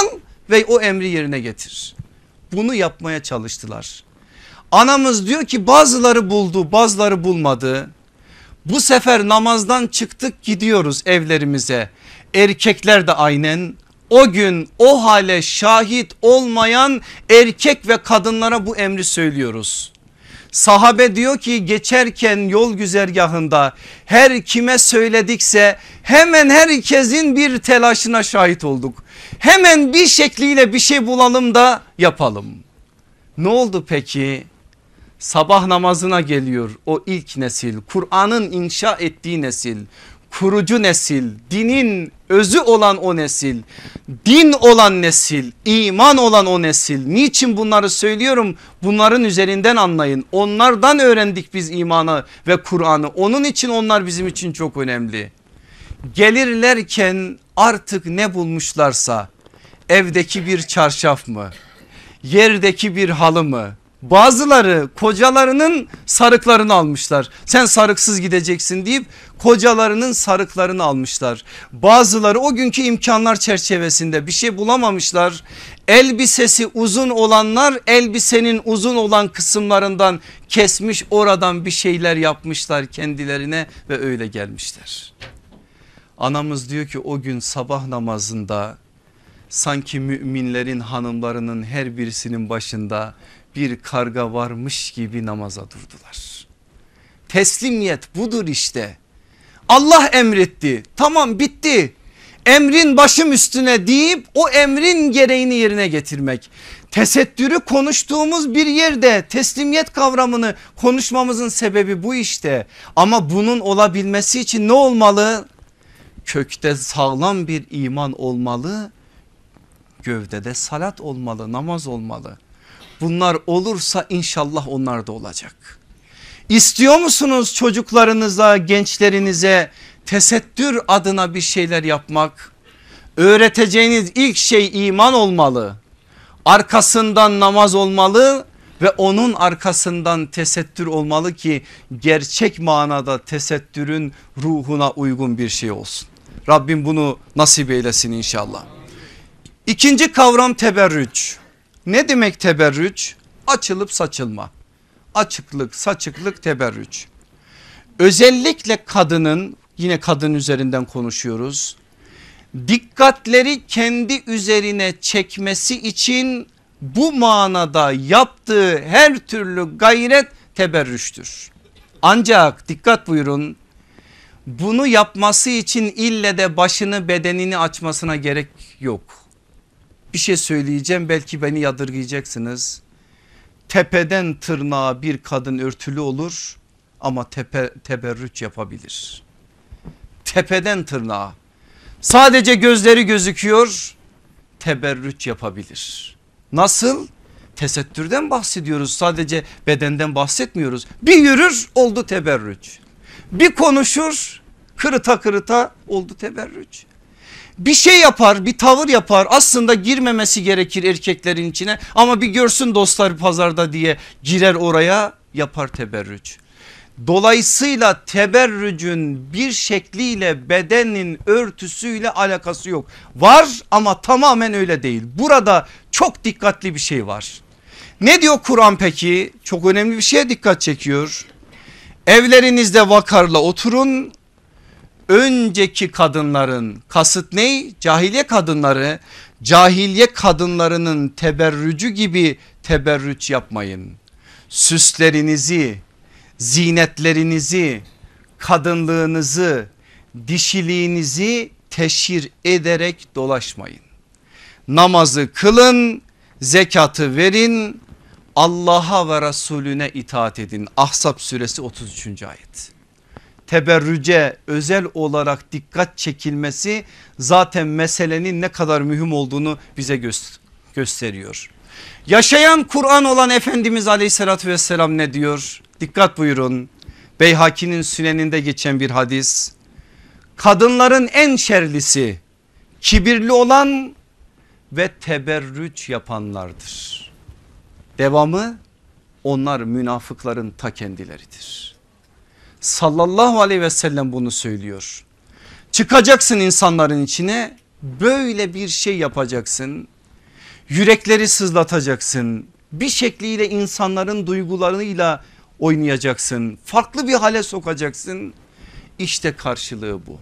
ve o emri yerine getir. Bunu yapmaya çalıştılar. Anamız diyor ki bazıları buldu, bazıları bulmadı. Bu sefer namazdan çıktık, gidiyoruz evlerimize. Erkekler de aynen. O gün o hale şahit olmayan erkek ve kadınlara bu emri söylüyoruz. Sahabe diyor ki geçerken yol güzergahında her kime söyledikse hemen herkesin bir telaşına şahit olduk. Hemen bir şekliyle bir şey bulalım da yapalım. Ne oldu peki? Sabah namazına geliyor o ilk nesil, Kur'an'ın inşa ettiği nesil, kurucu nesil, dinin özü olan o nesil, din olan nesil, iman olan o nesil. Niçin bunları söylüyorum? Bunların üzerinden anlayın. Onlardan öğrendik biz imanı ve Kur'an'ı. Onun için onlar bizim için çok önemli. Gelirlerken artık ne bulmuşlarsa, evdeki bir çarşaf mı, yerdeki bir halı mı? Bazıları kocalarının sarıklarını almışlar. Sen sarıksız gideceksin deyip kocalarının sarıklarını almışlar. Bazıları o günkü imkanlar çerçevesinde bir şey bulamamışlar. Elbisesi uzun olanlar elbisenin uzun olan kısımlarından kesmiş, oradan bir şeyler yapmışlar kendilerine ve öyle gelmişler. Anamız diyor ki o gün sabah namazında sanki müminlerin hanımlarının her birisinin başında bir karga varmış gibi namaza durdular. Teslimiyet budur işte. Allah emretti, tamam bitti. Emrin başım üstüne deyip o emrin gereğini yerine getirmek. Tesettürü konuştuğumuz bir yerde teslimiyet kavramını konuşmamızın sebebi bu işte. Ama bunun olabilmesi için ne olmalı? Kökte sağlam bir iman olmalı. Gövdede salat olmalı, namaz olmalı. Bunlar olursa inşallah onlar da olacak. İstiyor musunuz çocuklarınıza, gençlerinize tesettür adına bir şeyler yapmak? Öğreteceğiniz ilk şey iman olmalı. Arkasından namaz olmalı ve onun arkasından tesettür olmalı ki gerçek manada tesettürün ruhuna uygun bir şey olsun. Rabbim bunu nasip eylesin inşallah. İkinci kavram teberrüç. Ne demek teberrüç? Açılıp saçılma. Açıklık, saçıklık, teberrüç. Özellikle kadının, yine kadın üzerinden konuşuyoruz, dikkatleri kendi üzerine çekmesi için bu manada yaptığı her türlü gayret teberrüçtür. Ancak dikkat buyurun, bunu yapması için ille de başını bedenini açmasına gerek yok. Bir şey söyleyeceğim, belki beni yadırgayacaksınız. Tepeden tırnağa bir kadın örtülü olur ama teberrüç yapabilir. Tepeden tırnağa sadece gözleri gözüküyor, teberrüç yapabilir. Nasıl? Tesettürden bahsediyoruz, sadece bedenden bahsetmiyoruz. Bir yürür oldu teberrüç, bir konuşur kırıta kırıta oldu teberrüç. Bir şey yapar, bir tavır yapar, aslında girmemesi gerekir erkeklerin içine ama bir görsün dostlar pazarda diye girer oraya, yapar teberrüç. Dolayısıyla teberrücün bir şekliyle bedenin örtüsüyle alakası yok. Var ama tamamen öyle değil. Burada çok dikkatli bir şey var. Ne diyor Kur'an peki? Çok önemli bir şeye dikkat çekiyor. Evlerinizde vakarla oturun. Önceki kadınların, kasıt ne? Cahiliye kadınları, cahiliye kadınlarının teberrücü gibi teberrüç yapmayın. Süslerinizi, zinetlerinizi, kadınlığınızı, dişiliğinizi teşhir ederek dolaşmayın. Namazı kılın, zekatı verin, Allah'a ve Resulüne itaat edin. Ahzab suresi 33. ayet. Teberrüce özel olarak dikkat çekilmesi zaten meselenin ne kadar mühim olduğunu bize gösteriyor. Yaşayan Kur'an olan Efendimiz aleyhissalatü vesselam ne diyor? Dikkat buyurun. Beyhaki'nin Süneninde geçen bir hadis. Kadınların en şerlisi kibirli olan ve teberrüç yapanlardır. Devamı, onlar münafıkların ta kendileridir. Sallallahu aleyhi ve sellem bunu söylüyor. Çıkacaksın insanların içine, böyle bir şey yapacaksın. Yürekleri sızlatacaksın. Bir şekliyle insanların duygularıyla oynayacaksın. Farklı bir hale sokacaksın. İşte karşılığı bu.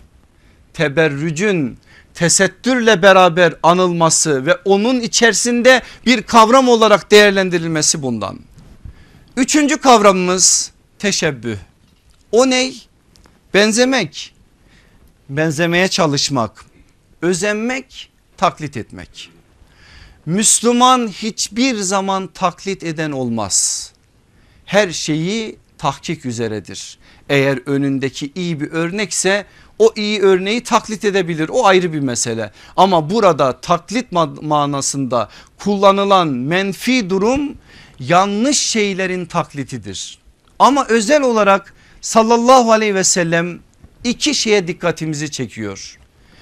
Teberrücün tesettürle beraber anılması ve onun içerisinde bir kavram olarak değerlendirilmesi bundan. Üçüncü kavramımız teşebbüh. O ney? Benzemek, benzemeye çalışmak, özenmek, taklit etmek. Müslüman hiçbir zaman taklit eden olmaz. Her şeyi tahkik üzeredir. Eğer önündeki iyi bir örnekse o iyi örneği taklit edebilir, o ayrı bir mesele. Ama burada taklit manasında kullanılan menfi durum yanlış şeylerin taklitidir. Ama özel olarak sallallahu aleyhi ve sellem iki şeye dikkatimizi çekiyor.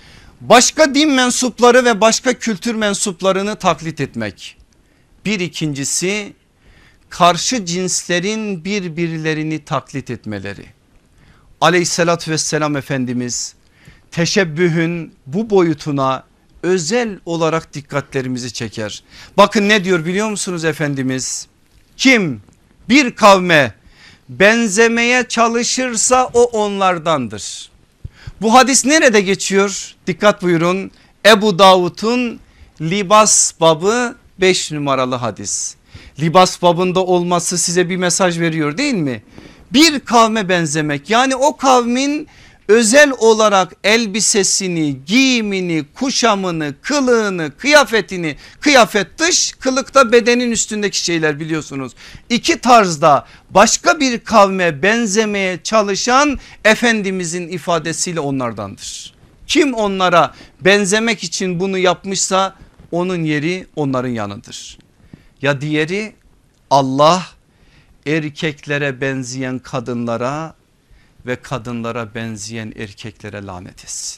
Başka din mensupları ve başka kültür mensuplarını taklit etmek. Bir ikincisi karşı cinslerin birbirlerini taklit etmeleri. Aleyhissalatü vesselam Efendimiz teşebbühün bu boyutuna özel olarak dikkatlerimizi çeker. Bakın ne diyor biliyor musunuz Efendimiz? Kim bir kavme benzemeye çalışırsa o onlardandır. Bu hadis nerede geçiyor? Dikkat buyurun. Ebu Davud'un libas babı 5 numaralı hadis. Libas babında olması size bir mesaj veriyor değil mi? Bir kavme benzemek, yani o kavmin özel olarak elbisesini, giyimini, kuşamını, kılığını, kıyafetini, kıyafet dış, kılıkta bedenin üstündeki şeyler biliyorsunuz. İki tarzda başka bir kavme benzemeye çalışan Efendimizin ifadesiyle onlardandır. Kim onlara benzemek için bunu yapmışsa onun yeri onların yanıdır. Ya diğeri, Allah erkeklere benzeyen kadınlara ve kadınlara benzeyen erkeklere lanet etsin.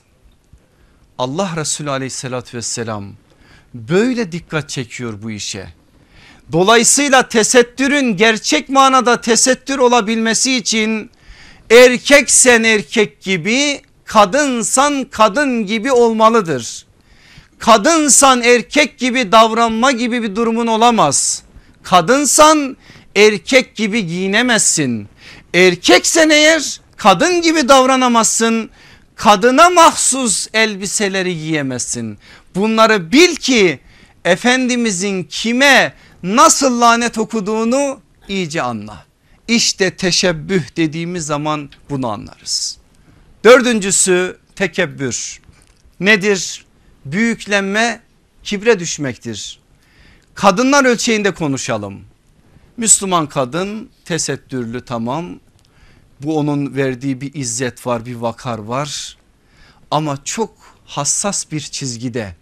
Allah Resulü aleyhissalatü vesselam böyle dikkat çekiyor bu işe. Dolayısıyla tesettürün gerçek manada tesettür olabilmesi için erkeksen erkek gibi, kadınsan kadın gibi olmalıdır. Kadınsan erkek gibi davranma gibi bir durumun olamaz. Kadınsan erkek gibi giyinemezsin. Erkeksen eğer kadın gibi davranamazsın. Kadına mahsus elbiseleri giyemezsin. Bunları bil ki Efendimizin kime nasıl lanet okuduğunu iyice anla. İşte teşebbüh dediğimiz zaman bunu anlarız. Dördüncüsü tekebbür. Nedir? Büyüklenme, kibre düşmektir. Kadınlar ölçeğinde konuşalım. Müslüman kadın tesettürlü, tamam, bu onun verdiği bir izzet var, bir vakar var, ama çok hassas bir çizgide.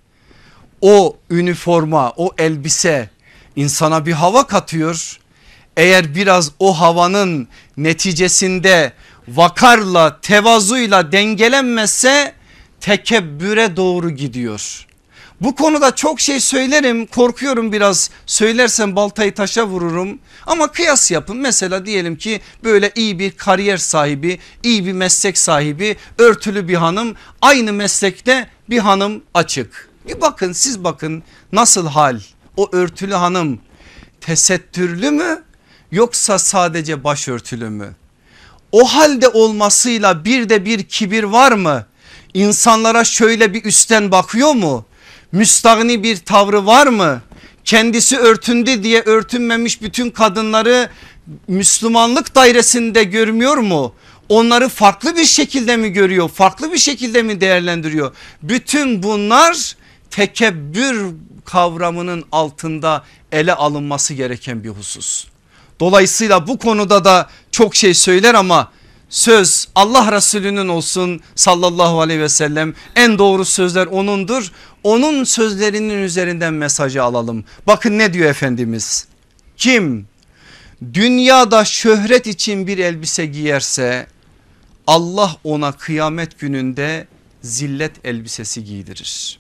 O üniforma, o elbise insana bir hava katıyor. Eğer biraz o havanın neticesinde vakarla, tevazuyla dengelenmezse tekebbüre doğru gidiyor. Bu konuda çok şey söylerim, korkuyorum biraz söylersem baltayı taşa vururum, ama kıyas yapın. Mesela diyelim ki böyle iyi bir kariyer sahibi, iyi bir meslek sahibi, örtülü bir hanım, aynı meslekte bir hanım açık. Bir bakın, siz bakın nasıl hal? O örtülü hanım tesettürlü mü yoksa sadece başörtülü mü? O halde olmasıyla bir de bir kibir var mı? İnsanlara şöyle bir üstten bakıyor mu? Müstahni bir tavrı var mı? Kendisi örtündü diye örtünmemiş bütün kadınları Müslümanlık dairesinde görmüyor mu? Onları farklı bir şekilde mi görüyor? Farklı bir şekilde mi değerlendiriyor? Bütün bunlar tekebbür kavramının altında ele alınması gereken bir husus. Dolayısıyla bu konuda da çok şey söyler ama söz Allah Resulü'nün olsun sallallahu aleyhi ve sellem, en doğru sözler onundur. Onun sözlerinin üzerinden mesajı alalım. Bakın ne diyor Efendimiz? Kim dünyada şöhret için bir elbise giyerse Allah ona kıyamet gününde zillet elbisesi giydirir.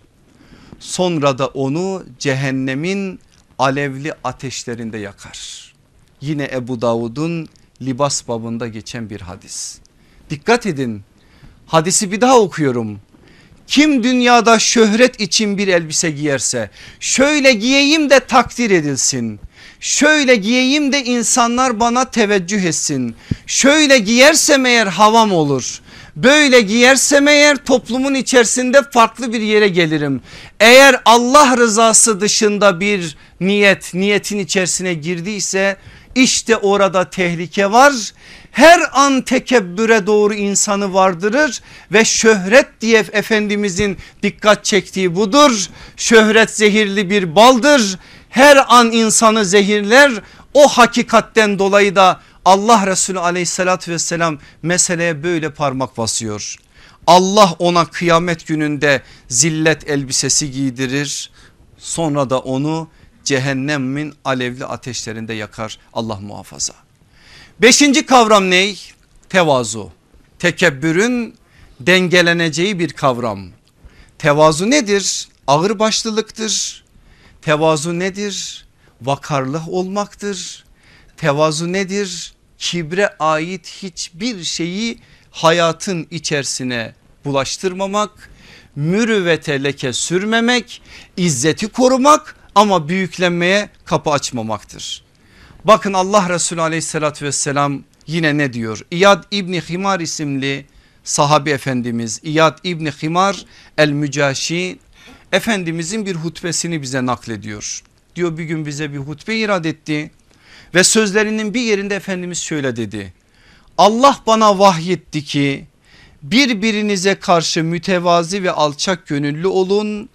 Sonra da onu cehennemin alevli ateşlerinde yakar. Yine Ebu Davud'un libas babında geçen bir hadis. Dikkat edin, hadisi bir daha okuyorum. Kim dünyada şöhret için bir elbise giyerse, şöyle giyeyim de takdir edilsin, şöyle giyeyim de insanlar bana teveccüh etsin, şöyle giyersem eğer havam olur, böyle giyersem eğer toplumun içerisinde farklı bir yere gelirim. Eğer Allah rızası dışında bir niyetin içerisine girdiyse işte orada tehlike var. Her an tekebbüre doğru insanı vardırır ve şöhret diye Efendimizin dikkat çektiği budur. Şöhret zehirli bir baldır. Her an insanı zehirler. O hakikatten dolayı da Allah Resulü aleyhissalatü vesselam meseleye böyle parmak basıyor. Allah ona kıyamet gününde zillet elbisesi giydirir. Sonra da onu cehennemin alevli ateşlerinde yakar, Allah muhafaza. Beşinci kavram ne? Tevazu. Tekebbürün dengeleneceği bir kavram. Tevazu nedir? Ağırbaşlılıktır. Tevazu nedir? Vakarlı olmaktır. Tevazu nedir? Kibre ait hiçbir şeyi hayatın içerisine bulaştırmamak, mürüvvete leke sürmemek, izzeti korumak ama büyüklenmeye kapı açmamaktır. Bakın Allah Resulü aleyhissalatü vesselam yine ne diyor? İyad İbni Himar isimli sahabi efendimiz, İyad İbni Himar el Mücaşi Efendimizin bir hutbesini bize naklediyor. Diyor bir gün bize bir hutbe irad etti ve sözlerinin bir yerinde Efendimiz şöyle dedi. Allah bana vahyetti ki birbirinize karşı mütevazi ve alçak gönüllü olun.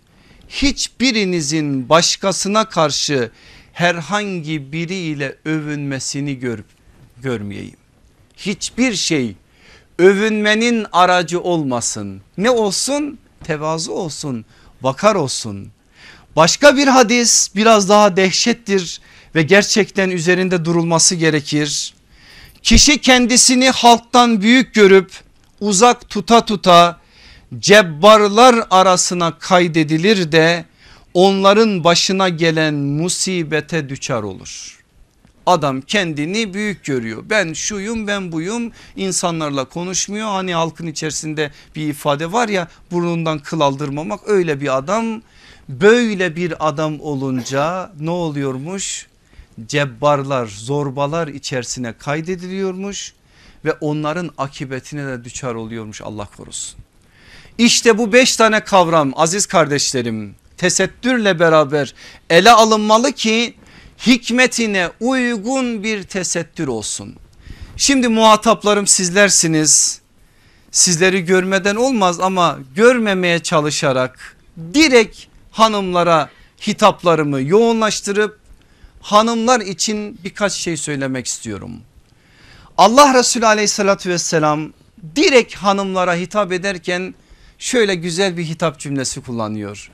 Hiçbirinizin başkasına karşı herhangi biriyle övünmesini görmeyeyim. Hiçbir şey övünmenin aracı olmasın. Ne olsun? Tevazu olsun, vakar olsun. Başka bir hadis biraz daha dehşettir ve gerçekten üzerinde durulması gerekir. Kişi kendisini halktan büyük görüp uzak tuta cebbarlar arasına kaydedilir de onların başına gelen musibete düçar olur. Adam kendini büyük görüyor. Ben şuyum, ben buyum, insanlarla konuşmuyor. Hani halkın içerisinde bir ifade var ya, burnundan kıl aldırmamak, öyle bir adam. Böyle bir adam olunca ne oluyormuş? Cebbarlar, zorbalar içerisine kaydediliyormuş ve onların akıbetine de düçar oluyormuş, Allah korusun. İşte bu 5 tane kavram aziz kardeşlerim tesettürle beraber ele alınmalı ki hikmetine uygun bir tesettür olsun. Şimdi muhataplarım sizlersiniz. Sizleri görmeden olmaz ama görmemeye çalışarak direkt hanımlara hitaplarımı yoğunlaştırıp hanımlar için birkaç şey söylemek istiyorum. Allah Resulü aleyhissalatü vesselam direkt hanımlara hitap ederken şöyle güzel bir hitap cümlesi kullanıyor.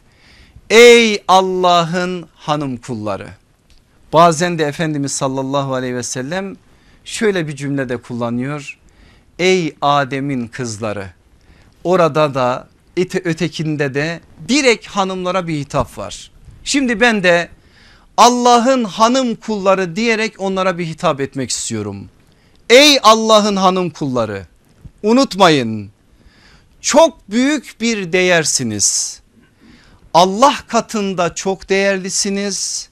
Ey Allah'ın hanım kulları. Bazen de Efendimiz sallallahu aleyhi ve sellem şöyle bir cümlede kullanıyor. Ey Adem'in kızları. Orada da ötekinde de direkt hanımlara bir hitap var. Şimdi ben de Allah'ın hanım kulları diyerek onlara bir hitap etmek istiyorum. Ey Allah'ın hanım kulları, unutmayın, çok büyük bir değersiniz. Allah katında çok değerlisiniz.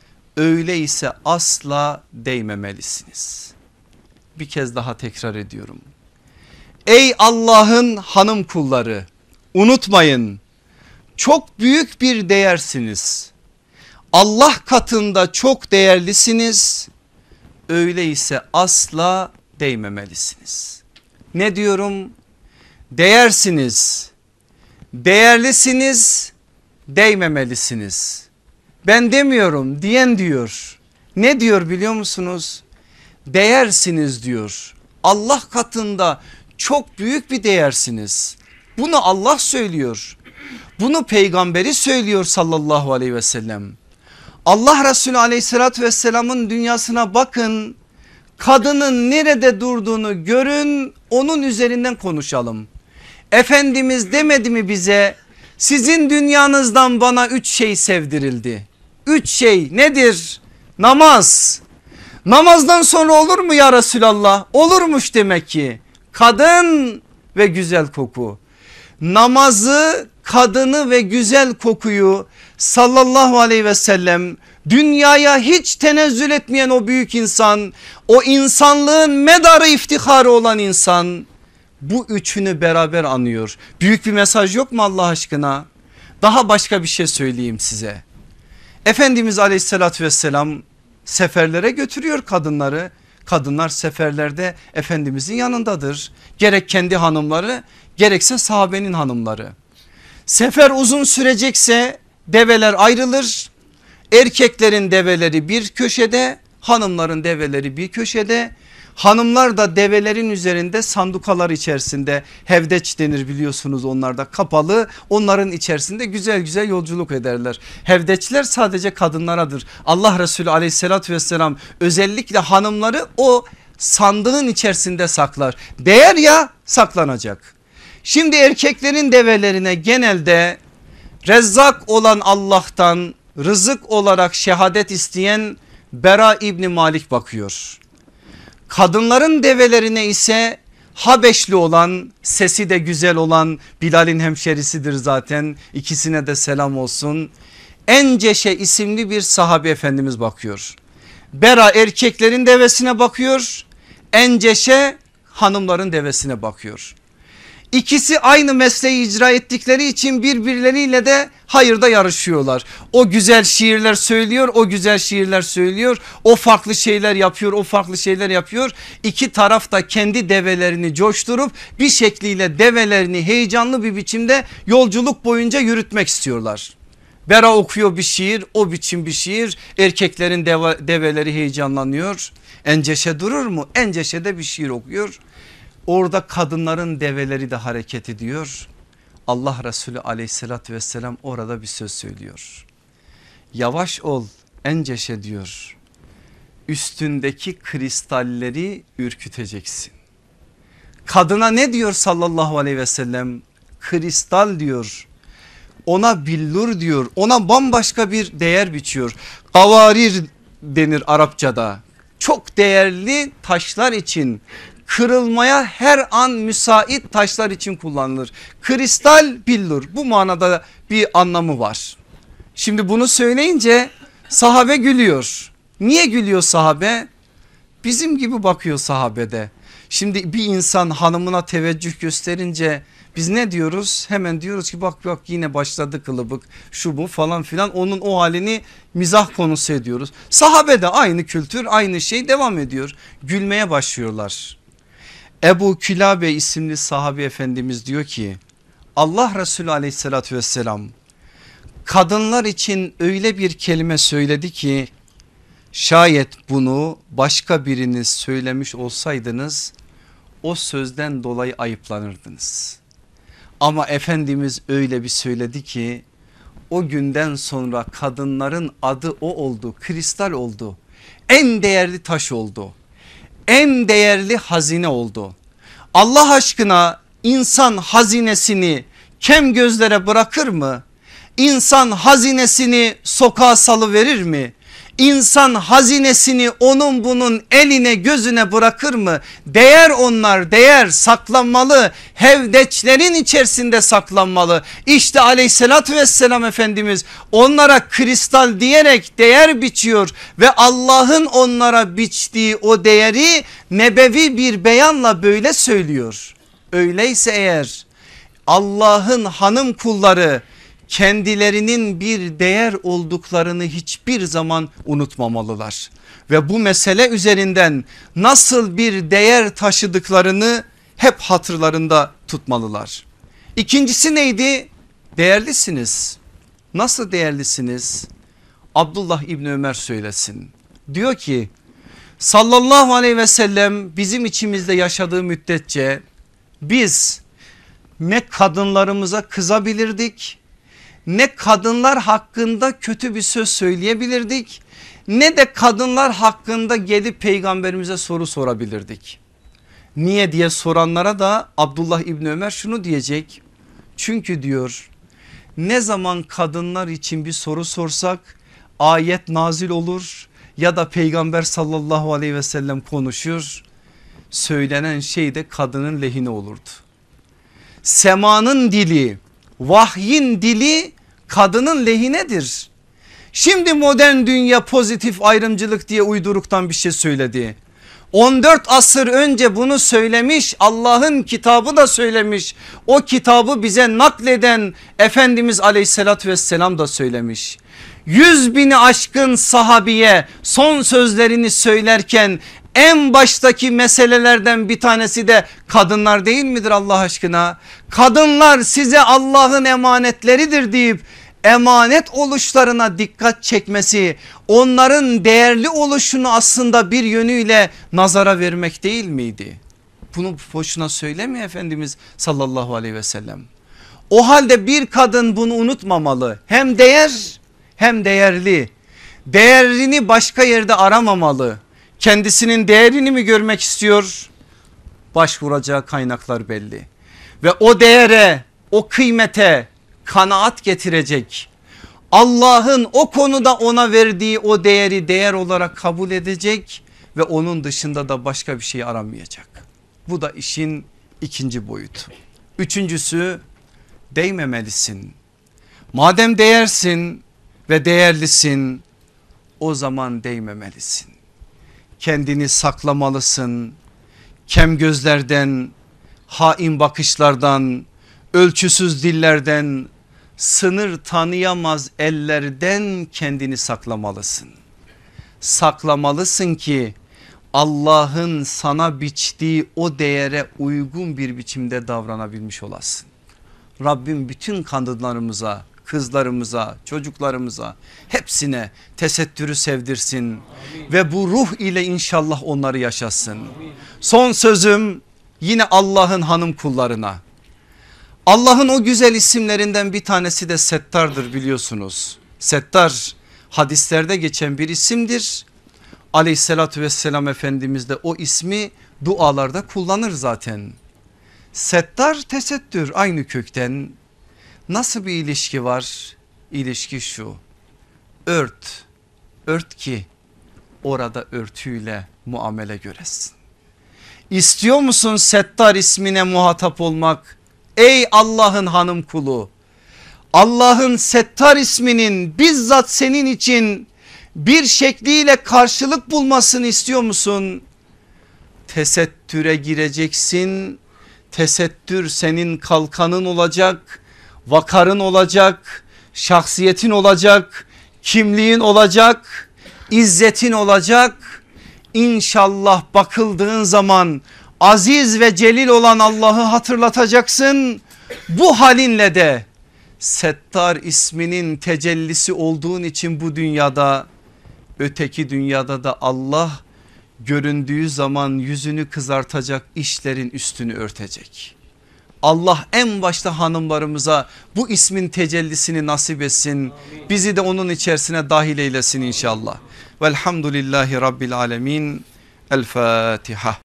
Öyleyse asla değmemelisiniz. Bir kez daha tekrar ediyorum. Ey Allah'ın hanım kulları, unutmayın, çok büyük bir değersiniz. Allah katında çok değerlisiniz. Öyleyse asla değmemelisiniz. Ne diyorum? Değersiniz, değerlisiniz, değmemelisiniz. Ben demiyorum, diyen diyor. Ne diyor biliyor musunuz? Değersiniz diyor. Allah katında çok büyük bir değersiniz. Bunu Allah söylüyor. Bunu peygamberi söylüyor sallallahu aleyhi ve sellem. Allah Resulü aleyhissalatü vesselamın dünyasına bakın. Kadının nerede durduğunu görün, onun üzerinden konuşalım. Efendimiz demedi mi bize, sizin dünyanızdan bana 3 şey sevdirildi. 3 şey nedir? Namaz. Namazdan sonra olur mu ya Resulallah? Olurmuş demek ki. Kadın ve güzel koku. Namazı kadını ve güzel kokuyu sallallahu aleyhi ve sellem, dünyaya hiç tenezzül etmeyen o büyük insan, o insanlığın medarı iftiharı olan insan, bu üçünü beraber anıyor. Büyük bir mesaj yok mu Allah aşkına? Daha başka bir şey söyleyeyim size. Efendimiz aleyhissalatü vesselam seferlere götürüyor kadınları. Kadınlar seferlerde Efendimizin yanındadır. Gerek kendi hanımları gerekse sahabenin hanımları. Sefer uzun sürecekse develer ayrılır. Erkeklerin develeri bir köşede, hanımların develeri bir köşede. Hanımlar da develerin üzerinde sandukalar içerisinde, hevdeç denir biliyorsunuz, onlar da kapalı, onların içerisinde güzel güzel yolculuk ederler. Hevdeçler sadece kadınlaradır. Allah Resulü aleyhissalatü vesselam özellikle hanımları o sandığın içerisinde saklar. Değer ya, saklanacak. Şimdi erkeklerin develerine genelde Rezzak olan Allah'tan rızık olarak şehadet isteyen Bera İbni Malik bakıyor. Kadınların develerine ise Habeşli olan, sesi de güzel olan, Bilal'in hemşerisidir zaten, ikisine de selam olsun, Enceşe isimli bir sahabe efendimiz bakıyor. Bera erkeklerin devesine bakıyor, Enceşe hanımların devesine bakıyor. İkisi aynı mesleği icra ettikleri için birbirleriyle de hayırda yarışıyorlar. O güzel şiirler söylüyor, o güzel şiirler söylüyor. O farklı şeyler yapıyor, o farklı şeyler yapıyor. İki taraf da kendi develerini coşturup bir şekliyle develerini heyecanlı bir biçimde yolculuk boyunca yürütmek istiyorlar. Bera okuyor bir şiir, o biçim bir şiir. Erkeklerin develeri heyecanlanıyor. Enceşe durur mu? Enceşe de bir şiir okuyor. Orada kadınların develeri de hareket ediyor. Allah Resulü aleyhissalatü vesselam orada bir söz söylüyor. Yavaş ol Enceşe diyor. Üstündeki kristalleri ürküteceksin. Kadına ne diyor sallallahu aleyhi ve sellem? Kristal diyor. Ona billur diyor. Ona bambaşka bir değer biçiyor. Kavarir denir Arapçada. Çok değerli taşlar için, kırılmaya her an müsait taşlar için kullanılır. Kristal billur, bu manada bir anlamı var. Şimdi bunu söyleyince sahabe gülüyor. Niye gülüyor sahabe? Bizim gibi bakıyor sahabede. Şimdi bir insan hanımına teveccüh gösterince biz ne diyoruz? Hemen diyoruz ki bak bak yine başladı kılıbık, şu bu falan filan, onun o halini mizah konusu ediyoruz. Sahabede aynı kültür, aynı şey devam ediyor. Gülmeye başlıyorlar. Ebu Külabe isimli sahabe efendimiz diyor ki Allah Resulü aleyhissalatü vesselam kadınlar için öyle bir kelime söyledi ki şayet bunu başka biriniz söylemiş olsaydınız o sözden dolayı ayıplanırdınız. Ama Efendimiz öyle bir söyledi ki o günden sonra kadınların adı o oldu, kristal oldu, en değerli taş oldu, en değerli hazine oldu. Allah aşkına insan hazinesini kem gözlere bırakır mı? İnsan hazinesini sokağa salıverir mi? İnsan hazinesini onun bunun eline gözüne bırakır mı? Değer onlar, değer, saklanmalı, hevdeçlerin içerisinde saklanmalı. İşte aleyhissalatü vesselam Efendimiz onlara kristal diyerek değer biçiyor ve Allah'ın onlara biçtiği o değeri nebevi bir beyanla böyle söylüyor. Öyleyse eğer Allah'ın hanım kulları kendilerinin bir değer olduklarını hiçbir zaman unutmamalılar. Ve bu mesele üzerinden nasıl bir değer taşıdıklarını hep hatırlarında tutmalılar. İkincisi neydi? Değerlisiniz. Nasıl değerlisiniz? Abdullah İbni Ömer söylesin. Diyor ki sallallahu aleyhi ve sellem bizim içimizde yaşadığı müddetçe biz ne kadınlarımıza kızabilirdik, ne kadınlar hakkında kötü bir söz söyleyebilirdik, ne de kadınlar hakkında gelip peygamberimize soru sorabilirdik. Niye diye soranlara da Abdullah İbni Ömer şunu diyecek. Çünkü diyor ne zaman kadınlar için bir soru sorsak ayet nazil olur ya da peygamber sallallahu aleyhi ve sellem konuşur, söylenen şey de kadının lehine olurdu. Semanın dili, Vahyin dili kadının lehinedir. Şimdi modern dünya pozitif ayrımcılık diye uyduruktan bir şey söyledi. 14 asır önce bunu söylemiş, Allah'ın kitabı da söylemiş. O kitabı bize nakleden Efendimiz aleyhissalatü vesselam da söylemiş. 100.000'i aşkın sahabiye son sözlerini söylerken en baştaki meselelerden bir tanesi de kadınlar değil midir Allah aşkına? Kadınlar size Allah'ın emanetleridir deyip emanet oluşlarına dikkat çekmesi, onların değerli oluşunu aslında bir yönüyle nazara vermek değil miydi? Bunu boşuna söylemiyor Efendimiz sallallahu aleyhi ve sellem. O halde bir kadın bunu unutmamalı. Hem değer hem değerli. Değerini başka yerde aramamalı. Kendisinin değerini mi görmek istiyor? Başvuracağı kaynaklar belli. Ve o değere, o kıymete kanaat getirecek. Allah'ın o konuda ona verdiği o değeri değer olarak kabul edecek ve onun dışında da başka bir şey aramayacak. Bu da işin ikinci boyutu. Üçüncüsü, değmemelisin. Madem değersin ve değerlisin, o zaman değmemelisin. Kendini saklamalısın. Kem gözlerden, hain bakışlardan, ölçüsüz dillerden, sınır tanıyamaz ellerden kendini saklamalısın. Saklamalısın ki Allah'ın sana biçtiği o değere uygun bir biçimde davranabilmiş olasın. Rabbim bütün kadınlarımıza, kızlarımıza, çocuklarımıza hepsine tesettürü sevdirsin. Amin. Ve bu ruh ile inşallah onları yaşasın. Amin. Son sözüm yine Allah'ın hanım kullarına. Allah'ın o güzel isimlerinden bir tanesi de Settar'dır biliyorsunuz. Settar hadislerde geçen bir isimdir. Aleyhissalatü vesselam Efendimiz de o ismi dualarda kullanır zaten. Settar tesettür aynı kökten. Nasıl bir ilişki var? İlişki şu: ört, ört ki orada örtüyle muamele göresin. İstiyor musun Settar ismine muhatap olmak? Ey Allah'ın hanım kulu, Allah'ın Settar isminin bizzat senin için bir şekliyle karşılık bulmasını istiyor musun? Tesettüre gireceksin. Tesettür senin kalkanın olacak, vakarın olacak, şahsiyetin olacak, kimliğin olacak, izzetin olacak. İnşallah bakıldığın zaman aziz ve celil olan Allah'ı hatırlatacaksın. Bu halinle de Settar isminin tecellisi olduğun için bu dünyada, öteki dünyada da Allah göründüğü zaman yüzünü kızartacak işlerin üstünü örtecek. Allah en başta hanımlarımıza bu ismin tecellisini nasip etsin. Amin. Bizi de onun içerisine dahil eylesin inşallah. Velhamdülillahi Rabbil alemin. El Fatiha.